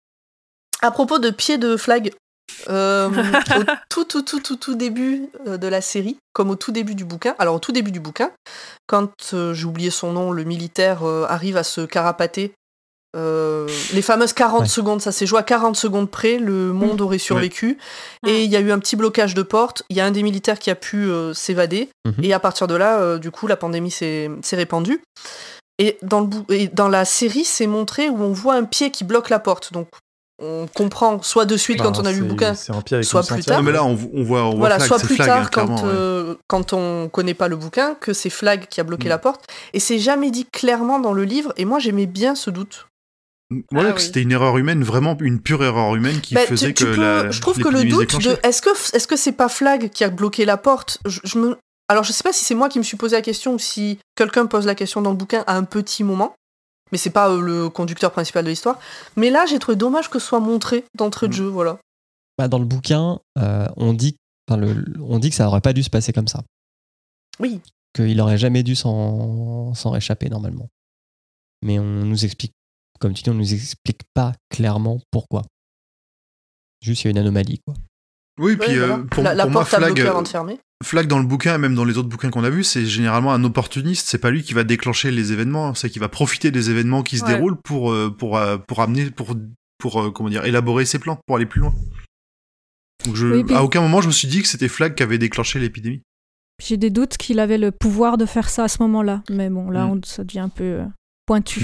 À propos de pied de flag, euh, au tout, tout, tout, tout, tout début euh, de la série, comme au tout début du bouquin, alors au tout début du bouquin, quand, euh, j'ai oublié son nom, le militaire euh, arrive à se carapater, euh, les fameuses quarante Ouais. secondes, ça s'est joué à quarante secondes près, le monde aurait survécu, Ouais. et il y a eu un petit blocage de porte, il y a un des militaires qui a pu euh, s'évader, Mhm. et à partir de là, euh, du coup, la pandémie s'est, s'est répandue. Et dans, le bou- et dans la série, c'est montré où on voit un pied qui bloque la porte, donc on comprend soit de suite quand Ben, on a lu le c'est- bouquin, C'est un pied avec soit une plus Santiago. tard. Non, mais là, on, on voit, on voit voilà, Flag, soit c'est plus Flag, tard hein, quand, clairement, ouais. euh, quand on connaît pas le bouquin, que c'est Flag qui a bloqué Mm. la porte. Et c'est jamais dit clairement dans le livre, et moi j'aimais bien ce doute. Voilà, Ah que oui. c'était une erreur humaine, vraiment une pure erreur humaine qui Bah, faisait tu- tu que peux- la, je trouve que le l'épidémie se doute déclenchait. de est-ce que est-ce que c'est pas Flag qui a bloqué la porte, je, je me alors je sais pas si c'est moi qui me suis posé la question ou si quelqu'un pose la question dans le bouquin à un petit moment, mais c'est pas euh, le conducteur principal de l'histoire. Mais là j'ai trouvé dommage que ce soit montré d'entrée de Mm. jeu, voilà. Bah, dans le bouquin, euh, on, dit, enfin, le, on dit que ça aurait pas dû se passer comme ça. Oui. Qu'il aurait jamais dû s'en, s'en réchapper normalement. Mais on nous explique, comme tu dis, on nous explique pas clairement pourquoi. Juste, il y a une anomalie, quoi. Oui, puis Ouais, euh, voilà. pour, la, la pour moi, porte a Flag, bloqué euh, avant de fermer. Flag dans le bouquin et même dans les autres bouquins qu'on a vus, c'est généralement un opportuniste. C'est pas lui qui va déclencher les événements, c'est qu'il va profiter des événements qui se Ouais. déroulent pour euh, pour euh, pour amener pour pour euh, comment dire élaborer ses plans pour aller plus loin. Donc je, Oui, puis- à aucun moment je me suis dit que c'était Flag qui avait déclenché l'épidémie. J'ai des doutes qu'il avait le pouvoir de faire ça à ce moment-là. Mais bon, là, Mm. on- ça devient un peu euh, pointu.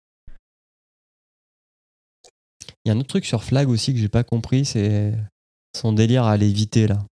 Il y a un autre truc sur Flag aussi que j'ai pas compris, c'est son délire à l'éviter, là.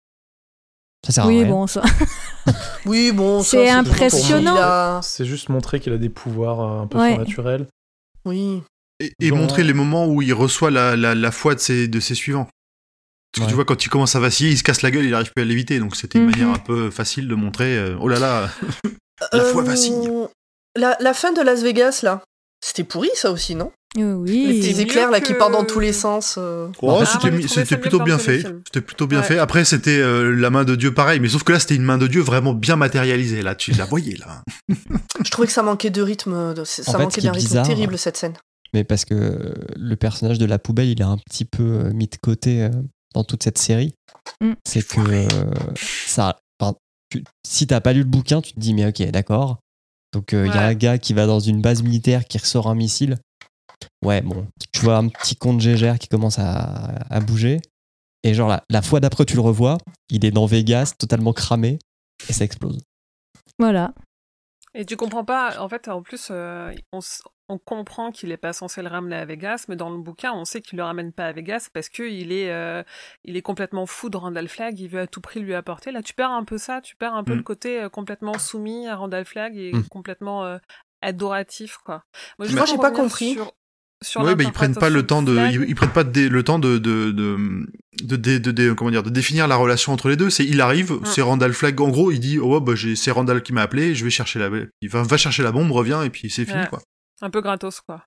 Ça sert à Oui, rien. bon, ça. Oui, bon, ça, C'est toujours impressionnant. pour moi. C'est juste montrer qu'il a des pouvoirs euh, un peu Ouais. surnaturels. Oui. Et, et Dans- montrer les moments où il reçoit la, la, la foi de ses, de ses suivants. Parce que Ouais. tu vois, quand il commence à vaciller, il se casse la gueule, il arrive plus à l'éviter. Donc c'était une Mhm. manière un peu facile de montrer, euh, oh là là, la foi Euh, vacille. La, la fin de Las Vegas, là, c'était pourri, ça aussi, non? Euh, Les oui. petits mieux éclairs, là, qui que- partent dans tous les sens. euh. Oh, Ah, c'était, moi, mi- j'ai trouvé ça c'était mieux plutôt que bien dans le fait. téléfilm. C'était plutôt bien Ouais. fait. Après, c'était euh, la main de Dieu pareil, mais sauf que là, c'était une main de Dieu vraiment bien matérialisée. Là, tu la voyais là. Je trouvais que ça manquait de rythme. de- Ça En fait, manquait ce qui est d'un rythme bizarre- terrible, cette scène. Mais parce que le personnage de la poubelle, il est un petit peu euh, mis de côté euh, dans toute cette série. Mm. C'est que euh, ça. enfin, tu- si t'as pas lu le bouquin, tu te dis, mais ok, d'accord. Donc il y a Ouais. un gars qui va dans une base militaire qui ressort un missile. Ouais, bon, tu vois un petit compte Gégère qui commence à, à bouger. Et genre, la, la fois d'après, tu le revois, il est dans Vegas, totalement cramé, et ça explose. Voilà. Et tu comprends pas, en fait, en plus, euh, on, s- on comprend qu'il est pas censé le ramener à Vegas, mais dans le bouquin, on sait qu'il le ramène pas à Vegas parce qu'il est, euh, il est complètement fou de Randall Flagg, il veut à tout prix lui apporter. Là, tu perds un peu ça, tu perds un peu Mm. le côté euh, complètement soumis à Randall Flagg et Mm. complètement euh, adoratif, quoi. Moi, juste j'ai pour pas revenir compris. Sur, sur Ouais, bah, ils prennent pas le temps de, l'interprétation ils, ils prennent pas de, le temps de, de, de, de, de, de- de- comment dire, de définir la relation entre les deux. C'est, il arrive, Mm. c'est Randall Flagg. En gros, il dit, oh, ouais, bah, j'ai, c'est Randall qui m'a appelé, je vais chercher la, il va, va chercher la bombe, revient, et puis c'est fini, Ouais. quoi. Un peu gratos, quoi.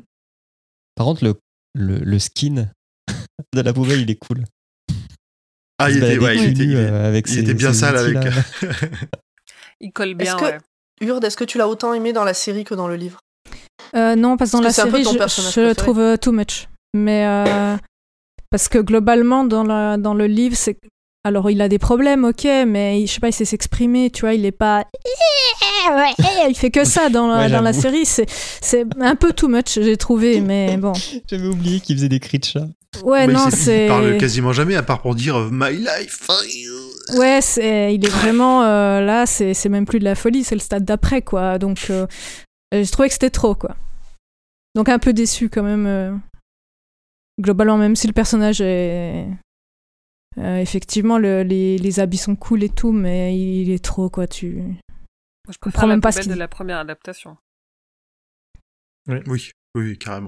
Par contre, le, le, le skin de la poubelle, il est cool. Ah, il se était, baladait ouais, il cul était, nu, il, euh, avec il ses- était bien ses sale outils, avec. là. Il colle bien, Est-ce que- ouais. Urde, est-ce que tu l'as autant aimé dans la série que dans le livre? Euh, non, parce que dans Parce la que c'est un peu série, ton je, personnage je le préféré. trouve euh, too much. Mais euh, parce que globalement, dans, la, dans le livre, c'est... Alors, il a des problèmes, ok, mais il, je sais pas, il sait s'exprimer, tu vois, il est pas... Il fait que ça dans la, Ouais, dans la j'avoue. série, c'est, c'est un peu too much, j'ai trouvé, mais bon. J'avais oublié qu'il faisait des cris de chat. Ouais, Mais non, il, c'est... il parle quasiment jamais, à part pour dire euh, My life. Ouais, c'est, il est vraiment... euh, là, c'est, c'est même plus de la folie, c'est le stade d'après, quoi. Donc, euh, j'ai trouvé que c'était trop, quoi. Donc, un peu déçu, quand même. euh, Globalement, même si le personnage est... Euh, effectivement, le, les, les habits sont cool et tout, mais il est trop, quoi. Tu... Moi, je comprends comprends même même pas pas ce qu'il de dit. la première adaptation. Oui, oui, oui, carrément.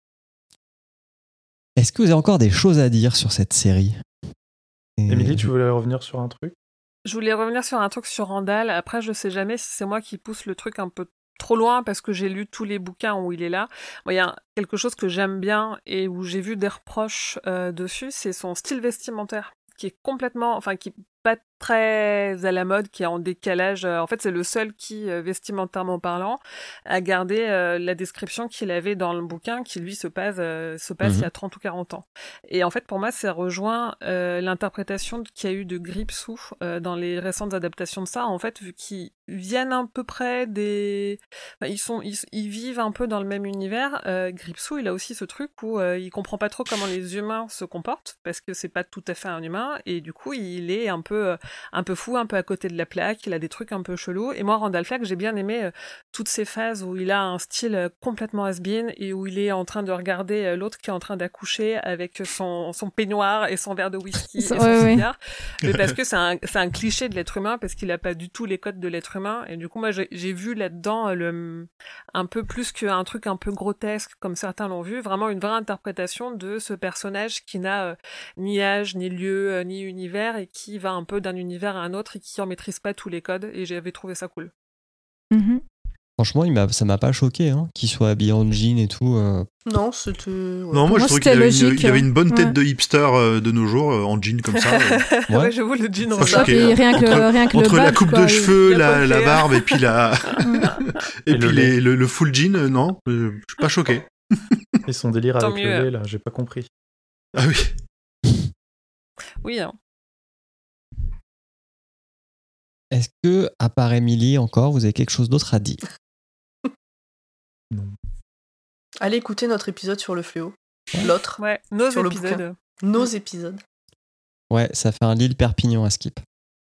Est-ce que vous avez encore des choses à dire sur cette série? Et- Émilie, tu voulais revenir sur un truc? Je voulais revenir sur un truc sur Randall. Après, je sais jamais si c'est moi qui pousse le truc un peu trop loin parce que j'ai lu tous les bouquins où il est là. Moi, il y a quelque chose que j'aime bien et où j'ai vu des reproches euh, dessus, c'est son style vestimentaire qui est complètement, enfin, qui est pas très à la mode, qui est en décalage. En fait, c'est le seul qui, euh, vestimentairement parlant, a gardé euh, la description qu'il avait dans le bouquin, qui lui se passe, euh, se passe Mhm. il y a trente ou quarante ans. Et en fait, pour moi, ça rejoint euh, l'interprétation qu'il y a eu de Gripsou euh, dans les récentes adaptations de ça. En fait, vu qu'ils viennent à peu près des... Enfin, ils, sont, ils, ils vivent un peu dans le même univers. Euh, Gripsou, il a aussi ce truc où euh, il comprend pas trop comment les humains se comportent, parce que c'est pas tout à fait un humain, et du coup, il est un peu, euh, un peu fou, un peu à côté de la plaque, il a des trucs un peu chelous. Et moi, Randall Flagg, j'ai bien aimé euh, toutes ces phases où il a un style euh, complètement has-been, et où il est en train de regarder euh, l'autre qui est en train d'accoucher avec son, son peignoir et son verre de whisky Ça- et son ouais, ouais. cigare. Mais parce que c'est un, c'est un cliché de l'être humain, parce qu'il a pas du tout les codes de l'être humain. Et du coup, moi, j'ai, j'ai vu là-dedans euh, le, un peu plus qu'un truc un peu grotesque, comme certains l'ont vu, vraiment une vraie interprétation de ce personnage qui n'a euh, ni âge, ni lieu, euh, ni univers, et qui va un peu d'un univers à un autre et qui en maîtrise pas tous les codes. Et j'avais trouvé ça cool. Mhm. Franchement, il m'a, ça m'a pas choqué hein, qu'il soit habillé en jean et tout. euh. Non, c'était. ouais. Non, moi, moi, je trouvais c'était qu'il avait, une, logique, il avait une bonne tête ouais. de hipster euh, de nos jours, euh, en jean comme ça. euh. Ouais. Ouais, j'avoue, le jean Pas rose. choqué, Et hein. rien que, Entre- rien que Entre le la badge, coupe quoi, de il- cheveux, il a la, pas la fait, hein. barbe et puis la et, Et puis le les- lait. le, le full jean, euh, non, euh, je suis pas choqué. Et son délire Tant avec mieux. le lait, là, j'ai pas compris. Ah oui. Oui, hein. Est-ce que, à part Emily encore, vous avez quelque chose d'autre à dire? Allez écouter notre épisode sur le fléau. L'autre. Ouais, nos Sur le épisodes. Nos épisodes. Ouais, ça fait un Lille-Perpignan à skip.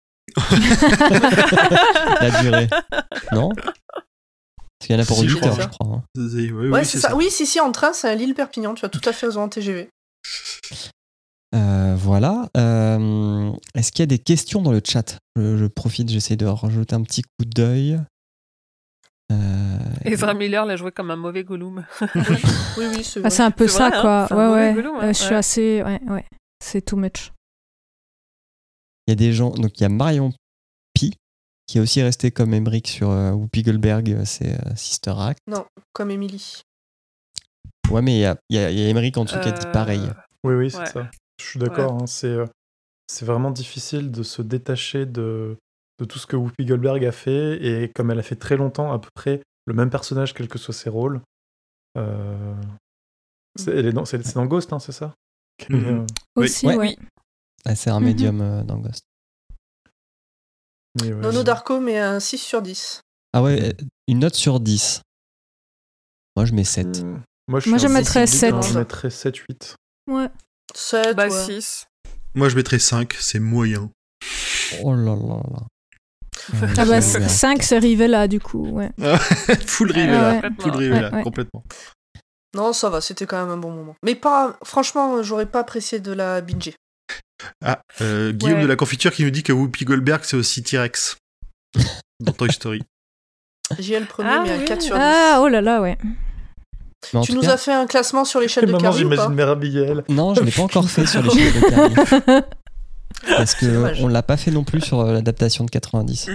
La durée. Non? Parce qu'il y en a pour Si, je huit heures, crois. je crois. hein. Oui, oui, Ouais, oui, c'est ça. Oui, si, si, en train, c'est à Lille-Perpignan. Tu as tout à fait raison en T G V. Euh, voilà. Euh, est-ce qu'il y a des questions dans le chat? je, je profite, j'essaie de rajouter un petit coup d'œil. Euh, Ezra Miller l'a joué comme un mauvais Gollum. Oui, oui, c'est Ah, vrai. c'est un peu C'est ça, vrai, hein, quoi. c'est un Ouais, mauvais ouais. Gollum, hein. Euh, je suis Ouais. assez... Ouais, ouais. C'est too much. Il y a des gens. Donc il y a Marion Pi qui est aussi resté comme Emmerich sur euh, Whoopi Goldberg, euh, c'est euh, Sister Act. Non, comme Émilie. Ouais, mais il y a, il y a- il y a Emmerich en dessous qui a dit Euh, pareil. Oui, oui, c'est Ouais. ça. Je suis d'accord. hein, c'est, euh, c'est vraiment difficile de se détacher de, de tout ce que Whoopi Goldberg a fait. Et comme elle a fait très longtemps à peu près le même personnage, quels que soient ses rôles. euh, c'est, elle est dans, c'est, c'est dans Ghost, hein, c'est ça? Qu'elle est, Mhm. euh, Oui. Aussi, Ouais. ouais. Ah, c'est un Mhm. médium euh, dans Ghost. mais ouais, Nono c'est- Darko met un six sur dix. Ah ouais, euh, une note sur dix. Moi, je mets sept. Hmm. Moi, je, Moi, suis je un peu mettrais cynique, sept. hein, Je mettrais sept huit. Ouais. sept, Bah, ouais. six. Moi, je mettrais cinq, c'est moyen. Oh là là là. Euh, Ah bah, j'avoue, hein. cinq, c'est Rivella, du coup, ouais. Full Ah Rivella, ouais. full Rivella, Ouais, ouais. complètement. Non, ça va, c'était quand même un bon moment. Mais pas, franchement, j'aurais pas apprécié de la binger. Ah, euh, Guillaume Ouais. de la confiture qui nous dit que Whoopi Goldberg, c'est aussi T-Rex dans Toy Story. J L premier, Ah mais un oui. quatre sur dix. Ah, oh là là, ouais. Mais en Tu tout nous cas- as fait un classement sur l'échelle de Maintenant, Carrie ou pas j'imagine Mère Abigail. Non, je l'ai pas encore fait sur l'échelle de Carrie. Parce C'est dommage. que on l'a pas fait non plus sur euh, l'adaptation de quatre-vingt-dix.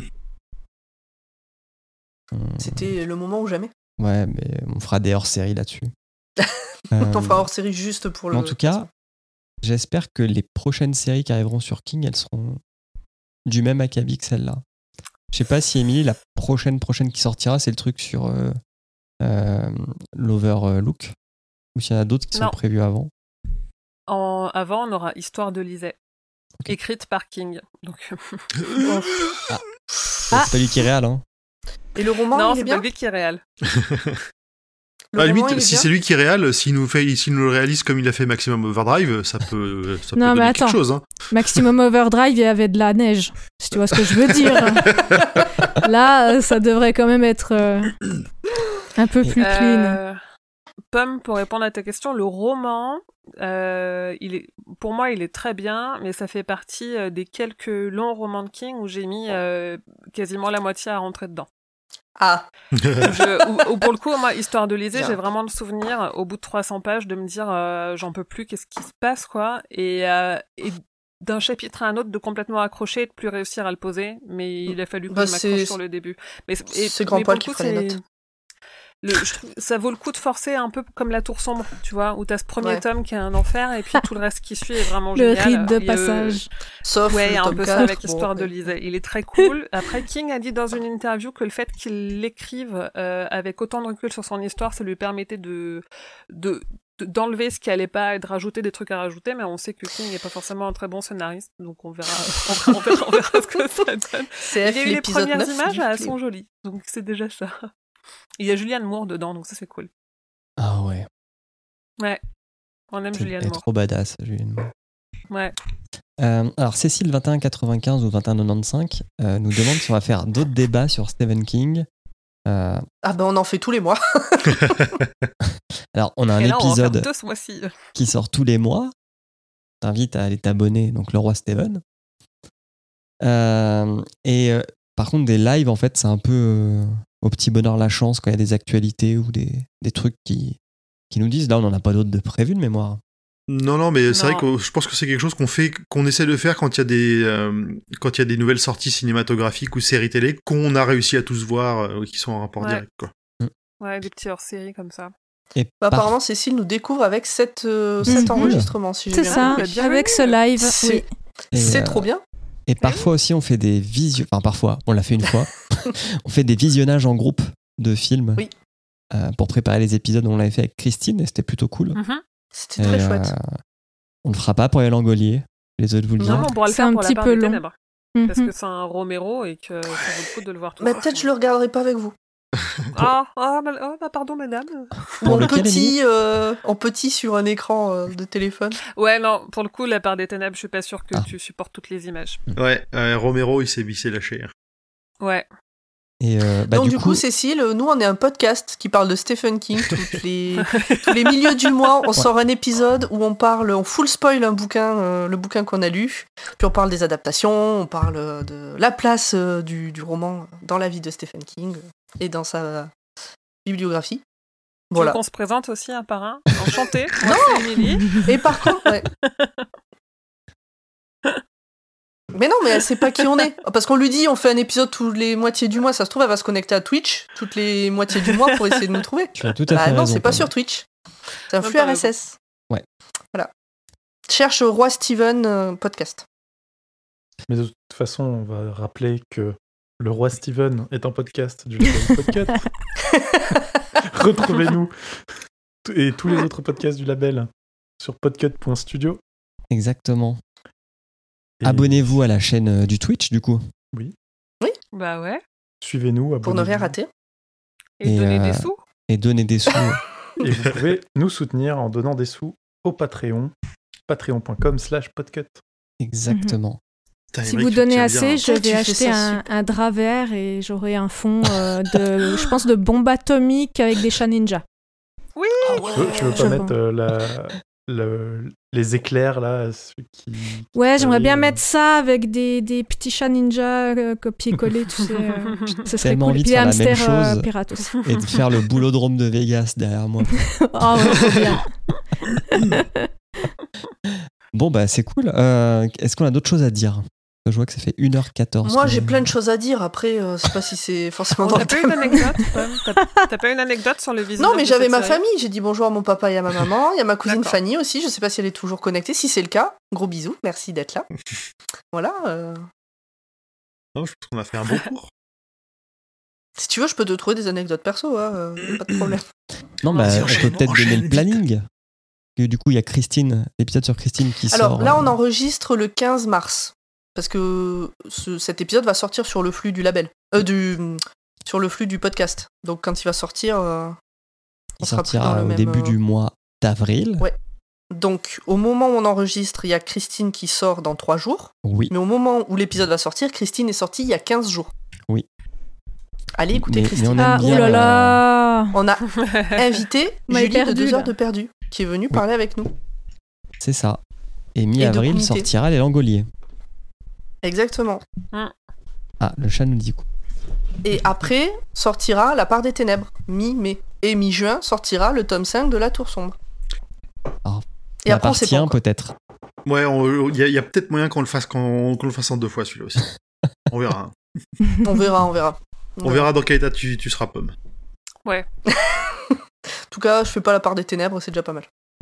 Hum, C'était le moment ou jamais. Ouais, mais on fera des hors-séries là-dessus. On Euh, t'en fera hors série juste pour le. en tout cas, j'espère que les prochaines séries qui arriveront sur King, elles seront du même acabit que celle-là. Je sais pas si Emily, la prochaine prochaine qui sortira, c'est le truc sur euh, euh, l'Overlook. Ou s'il y en a d'autres qui Non. sont prévus avant. En... Avant, on aura Histoire de Lisée, Ok. écrite par King. Donc... C'est pas lui qui est réel, hein. Et le roman, non, il est c'est bien pas lui qui est réel. Le À la roman, limite, il est si bien c'est lui qui est réel, s'il nous fait, s'il nous le réalise comme il a fait Maximum Overdrive, ça peut, ça peut Non, mais donner attends. Ah, quelque chose. Hein. Maximum Overdrive, il y avait de la neige, si tu vois ce que je veux dire. Là, euh, ça devrait quand même être euh, un peu plus clean. Euh, Pomme, pour répondre à ta question, le roman, euh, il est, pour moi, il est très bien, mais ça fait partie euh, des quelques longs romans de King où j'ai mis euh, quasiment la moitié à rentrer dedans. Ah, Où je- où- où pour le coup, moi, Histoire de Lisée, Bien. j'ai vraiment le souvenir, au bout de trois cents pages, de me dire euh, j'en peux plus, qu'est-ce qui se passe, quoi. Et, euh, et d'un chapitre à un autre, de complètement accrocher et de plus réussir à le poser. Mais il a fallu que Bah, je c'est- m'accroche sur le début. Mais, et- c'est Grand mais pour Poil le qui coup, fera les c'est- notes. Le, je trouve, ça vaut le coup de forcer un peu comme La Tour Sombre, tu vois, où t'as ce premier Ouais. tome qui est un enfer et puis tout le reste qui suit est vraiment Le génial. rite de Et, euh, passage. sauf Ouais, le un tome peu ça quatre, avec bon, Histoire de après. Lisée. Il est très cool. Après, King a dit dans une interview que le fait qu'il l'écrive euh, avec autant de recul sur son histoire, ça lui permettait de, de, de- d'enlever ce qui allait pas et de rajouter des trucs à rajouter, mais on sait que King n'est pas forcément un très bon scénariste, donc on verra, on, on verra, on verra ce que ça donne. C Il F, y a eu les l'épisode premières neuf images, du elles film. sont jolies, donc c'est déjà ça. Il y a Julianne Moore dedans, donc ça c'est cool. Ah ouais. Ouais, on aime C'est- Julianne Elle est Moore. trop badass, Julianne Moore. Ouais. Euh, alors, Cécile vingt et un quatre-vingt-quinze ou vingt et un quatre-vingt-quinze euh, nous demande si on va faire d'autres débats sur Stephen King. Euh, Ah ben on en fait tous les mois. alors, on a un Et là, on va en faire épisode deux ce mois-ci. qui sort tous les mois. T'invite à aller t'abonner, donc le roi Steven. Euh, et euh, par contre, des lives, en fait, c'est un peu euh, au petit bonheur la chance quand il y a des actualités ou des, des trucs qui, qui nous disent. Là, on n'en a pas d'autres de prévu de mémoire. Non, non, mais c'est Non. vrai que je pense que c'est quelque chose qu'on fait, qu'on essaie de faire quand il y a des, euh, quand il y a des nouvelles sorties cinématographiques ou séries télé qu'on a réussi à tous voir, euh, qui sont en rapport Ouais. direct, quoi. Ouais, des petits hors-séries comme ça. Et Bah, par- apparemment, Cécile nous découvre avec cet, euh, Mhm. cet enregistrement, si j'ai C'est bien ça, compris. bah, bien avec vu. ce live. C'est Oui. et, c'est euh, trop bien. Et parfois aussi, on fait des visionnages. Enfin, parfois, on l'a fait une fois. On fait des visionnages en groupe de films Oui. euh, pour préparer les épisodes. On l'avait fait avec Christine et c'était plutôt cool. Mhm. C'était très Et, euh, chouette. on le fera pas pour les Langoliers. Les autres vous le Non, dire. mais on pourra le C'est faire un pour la petit part peu des long. ténèbres. Parce Mhm. que c'est un Romero et que ça vaut le coup de le voir tout Bah, seul. peut-être je le regarderai pas avec vous. Ah, ah, bah, oh, bah, pardon, madame. Ou en lequel, petit, euh, en petit sur un écran euh, de téléphone. Ouais, non, pour le coup, la part des ténèbres, je suis pas sûre que Ah. tu supportes toutes les images. Ouais, euh, Romero, il s'est il s'est lâché. hein. Ouais. Et euh, bah, Donc du, du coup, coup, Cécile, nous on est un podcast qui parle de Stephen King. Toutes les, tous les milieux du mois, on sort un épisode où on parle, on full spoil un bouquin, euh, le bouquin qu'on a lu. Puis on parle des adaptations, on parle de la place euh, du, du roman dans la vie de Stephen King et dans sa bibliographie. Tu veux Voilà. qu'on se présente aussi un par un Enchantée, moi c'est Émilie. Et par contre, ouais. Mais non, mais elle sait pas qui on est. Parce qu'on lui dit, on fait un épisode tous les moitiés du mois. Ça se trouve, elle va se connecter à Twitch toutes les moitiés du mois pour essayer de nous trouver. tu as tout à Bah fait non, raison, c'est pas Paul. sur Twitch. C'est un Non, flux t'as R S S. Ouais. Voilà. Cherche Roi Steven euh, podcast. Mais de toute façon, on va rappeler que Le Roi Steven est un podcast du label Podcut. Retrouvez-nous et tous les autres podcasts du label sur podcut point studio. Exactement. Et Abonnez-vous à la chaîne euh, du Twitch, du coup. Bah ouais. Suivez-nous, abonnez-vous. Pour ne rien rater. Et, Et, donner euh, des sous. Et donnez des sous. Et vous pouvez nous soutenir en donnant des sous au Patreon, patreon point com slash podcut. Exactement. Putain, Si Émeric, vous tu donnez tiens bien, assez, hein. je Toi, tu vais fais acheter ça un, un drap vert et j'aurai un fond euh, de, je pense, de bombes atomiques avec des chats ninja. Oui. Ah Tu veux, tu veux Je pas vois. mettre euh, la, le- les éclairs là, ceux qui... Ouais, j'aimerais bien Oui, mettre ça avec des, des petits chats ninja euh, copier-coller, tu sais. euh, ce serait Tellement cool. envie de Puis des faire la même hamsters euh, chose. pirates aussi. Et de faire le boulodrome de Vegas derrière moi. Oh ouais, trop bien. Bon, bah c'est cool. Euh, Est-ce qu'on a d'autres choses à dire? Je vois que ça fait une heure quatorze. Moi, que- j'ai plein de choses à dire. Après, euh, je sais pas si c'est forcément dans T'as le pas eu thème. d'anecdote Pam T'as- T'as pas eu une anecdote sur le visionnage Non, mais de j'avais cette ma série famille. J'ai dit bonjour à mon papa et à ma maman. Il y a ma cousine D'accord. Fanny aussi. Je sais pas si elle est toujours connectée. Si c'est le cas, gros bisous. Merci d'être là. Voilà. euh, Non, je pense qu'on a fait un bon cours. Si tu veux, je peux te trouver des anecdotes perso. Hein, euh, pas de problème. Non, bah, Vas-y, on enchaîne, peut peut-être donner enchaîne le vite. planning. Et du coup, il y a Christine, l'épisode sur Christine qui Alors sort. là, euh, on enregistre le quinze mars. Parce que ce- cet épisode va sortir sur le flux du label. Euh, du, sur le flux du podcast. Donc quand il va sortir, euh, on il sera plus dans sortira le au même, début euh, du mois d'avril. Ouais. Donc au moment où on enregistre, il y a Christine qui sort dans trois jours. Oui. Mais au moment où l'épisode va sortir, Christine est sortie il y a quinze jours. Oui. Allez, écoutez Mais- mais Christine. on aime Ah, bien, oulala On a invité Vous m'avez Julie de perdu, deux heures là. de perdu, qui est venue parler avec nous. C'est ça. Et mi-avril comité. sortira Les Langoliers. Exactement. Ah, le chat nous dit quoi. Et après sortira La part des ténèbres, mi-mai. Et mi-juin sortira le tome cinq de La Tour Sombre. Ah, Et la après, on sait partie pas un, encore. peut-être. Ouais, il y a, y a peut-être moyen qu'on le fasse qu'on, qu'on le fasse en deux fois celui-là aussi. On verra. hein. On verra, on verra. On verra dans quel état tu, tu seras, Pomme. Ouais. En tout cas, je fais pas La part des ténèbres, c'est déjà pas mal.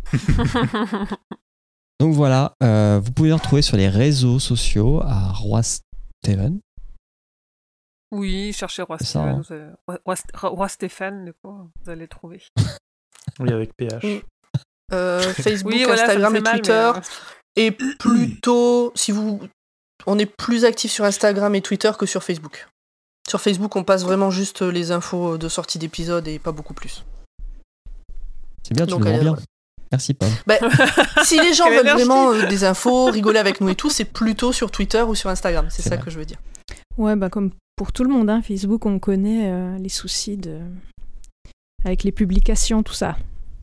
Donc voilà, euh, vous pouvez le retrouver sur les réseaux sociaux à Roi Steven. Oui, cherchez Roi C'est ça, Stéphane. hein. vous allez- Roi, Roi- Roi Stéphane, du coup, vous allez trouver. Oui, avec P H. Oui. Euh, Facebook, Oui, voilà, ça me Instagram fait et mal, Twitter. mais, euh, Et plutôt, si vous... On est plus actif sur Instagram et Twitter que sur Facebook. Sur Facebook, on passe vraiment juste les infos de sortie d'épisode et pas beaucoup plus. C'est bien, tu Donc, le vends allez, bien. voilà. Merci, Paul. Bah, si les gens Quelle veulent énergie. vraiment euh, des infos, rigoler avec nous et tout, c'est plutôt sur Twitter ou sur Instagram. C'est C'est ça vrai. que je veux dire. Ouais, bah comme pour tout le monde, hein, Facebook, on connaît euh, les soucis de... avec les publications, tout ça.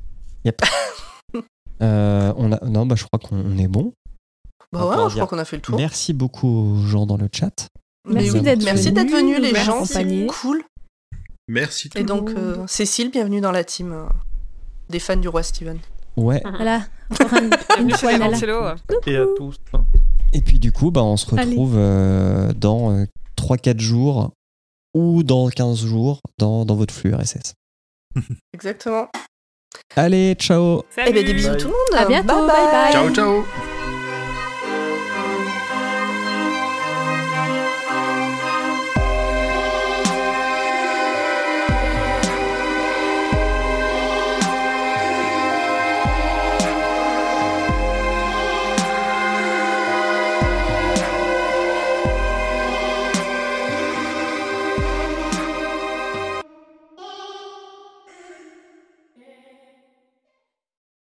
Euh, on a... Non, bah, je crois qu'on est bon. Bah On va ouais, pouvoir je dire crois qu'on a fait le tour. Merci beaucoup aux gens dans le chat. Mais Merci oui, d'être Merci venus, d'être venus, les de gens. m'accompagner. C'est cool. Merci. Tout Et le donc, monde. euh, Cécile, bienvenue dans la team euh, des fans du roi Steven. Ouais. Voilà, encore une, une Bienvenue chez fois, les Nala. Lancelot. Et à tous. Et puis du coup, bah, on se Allez. retrouve euh, dans euh, trois quatre jours ou dans quinze jours dans, dans votre flux R S S. Exactement. Allez, ciao. Eh ben, des Salut. bisous Bye. tout le monde. À bientôt, bye bye. Ciao, ciao.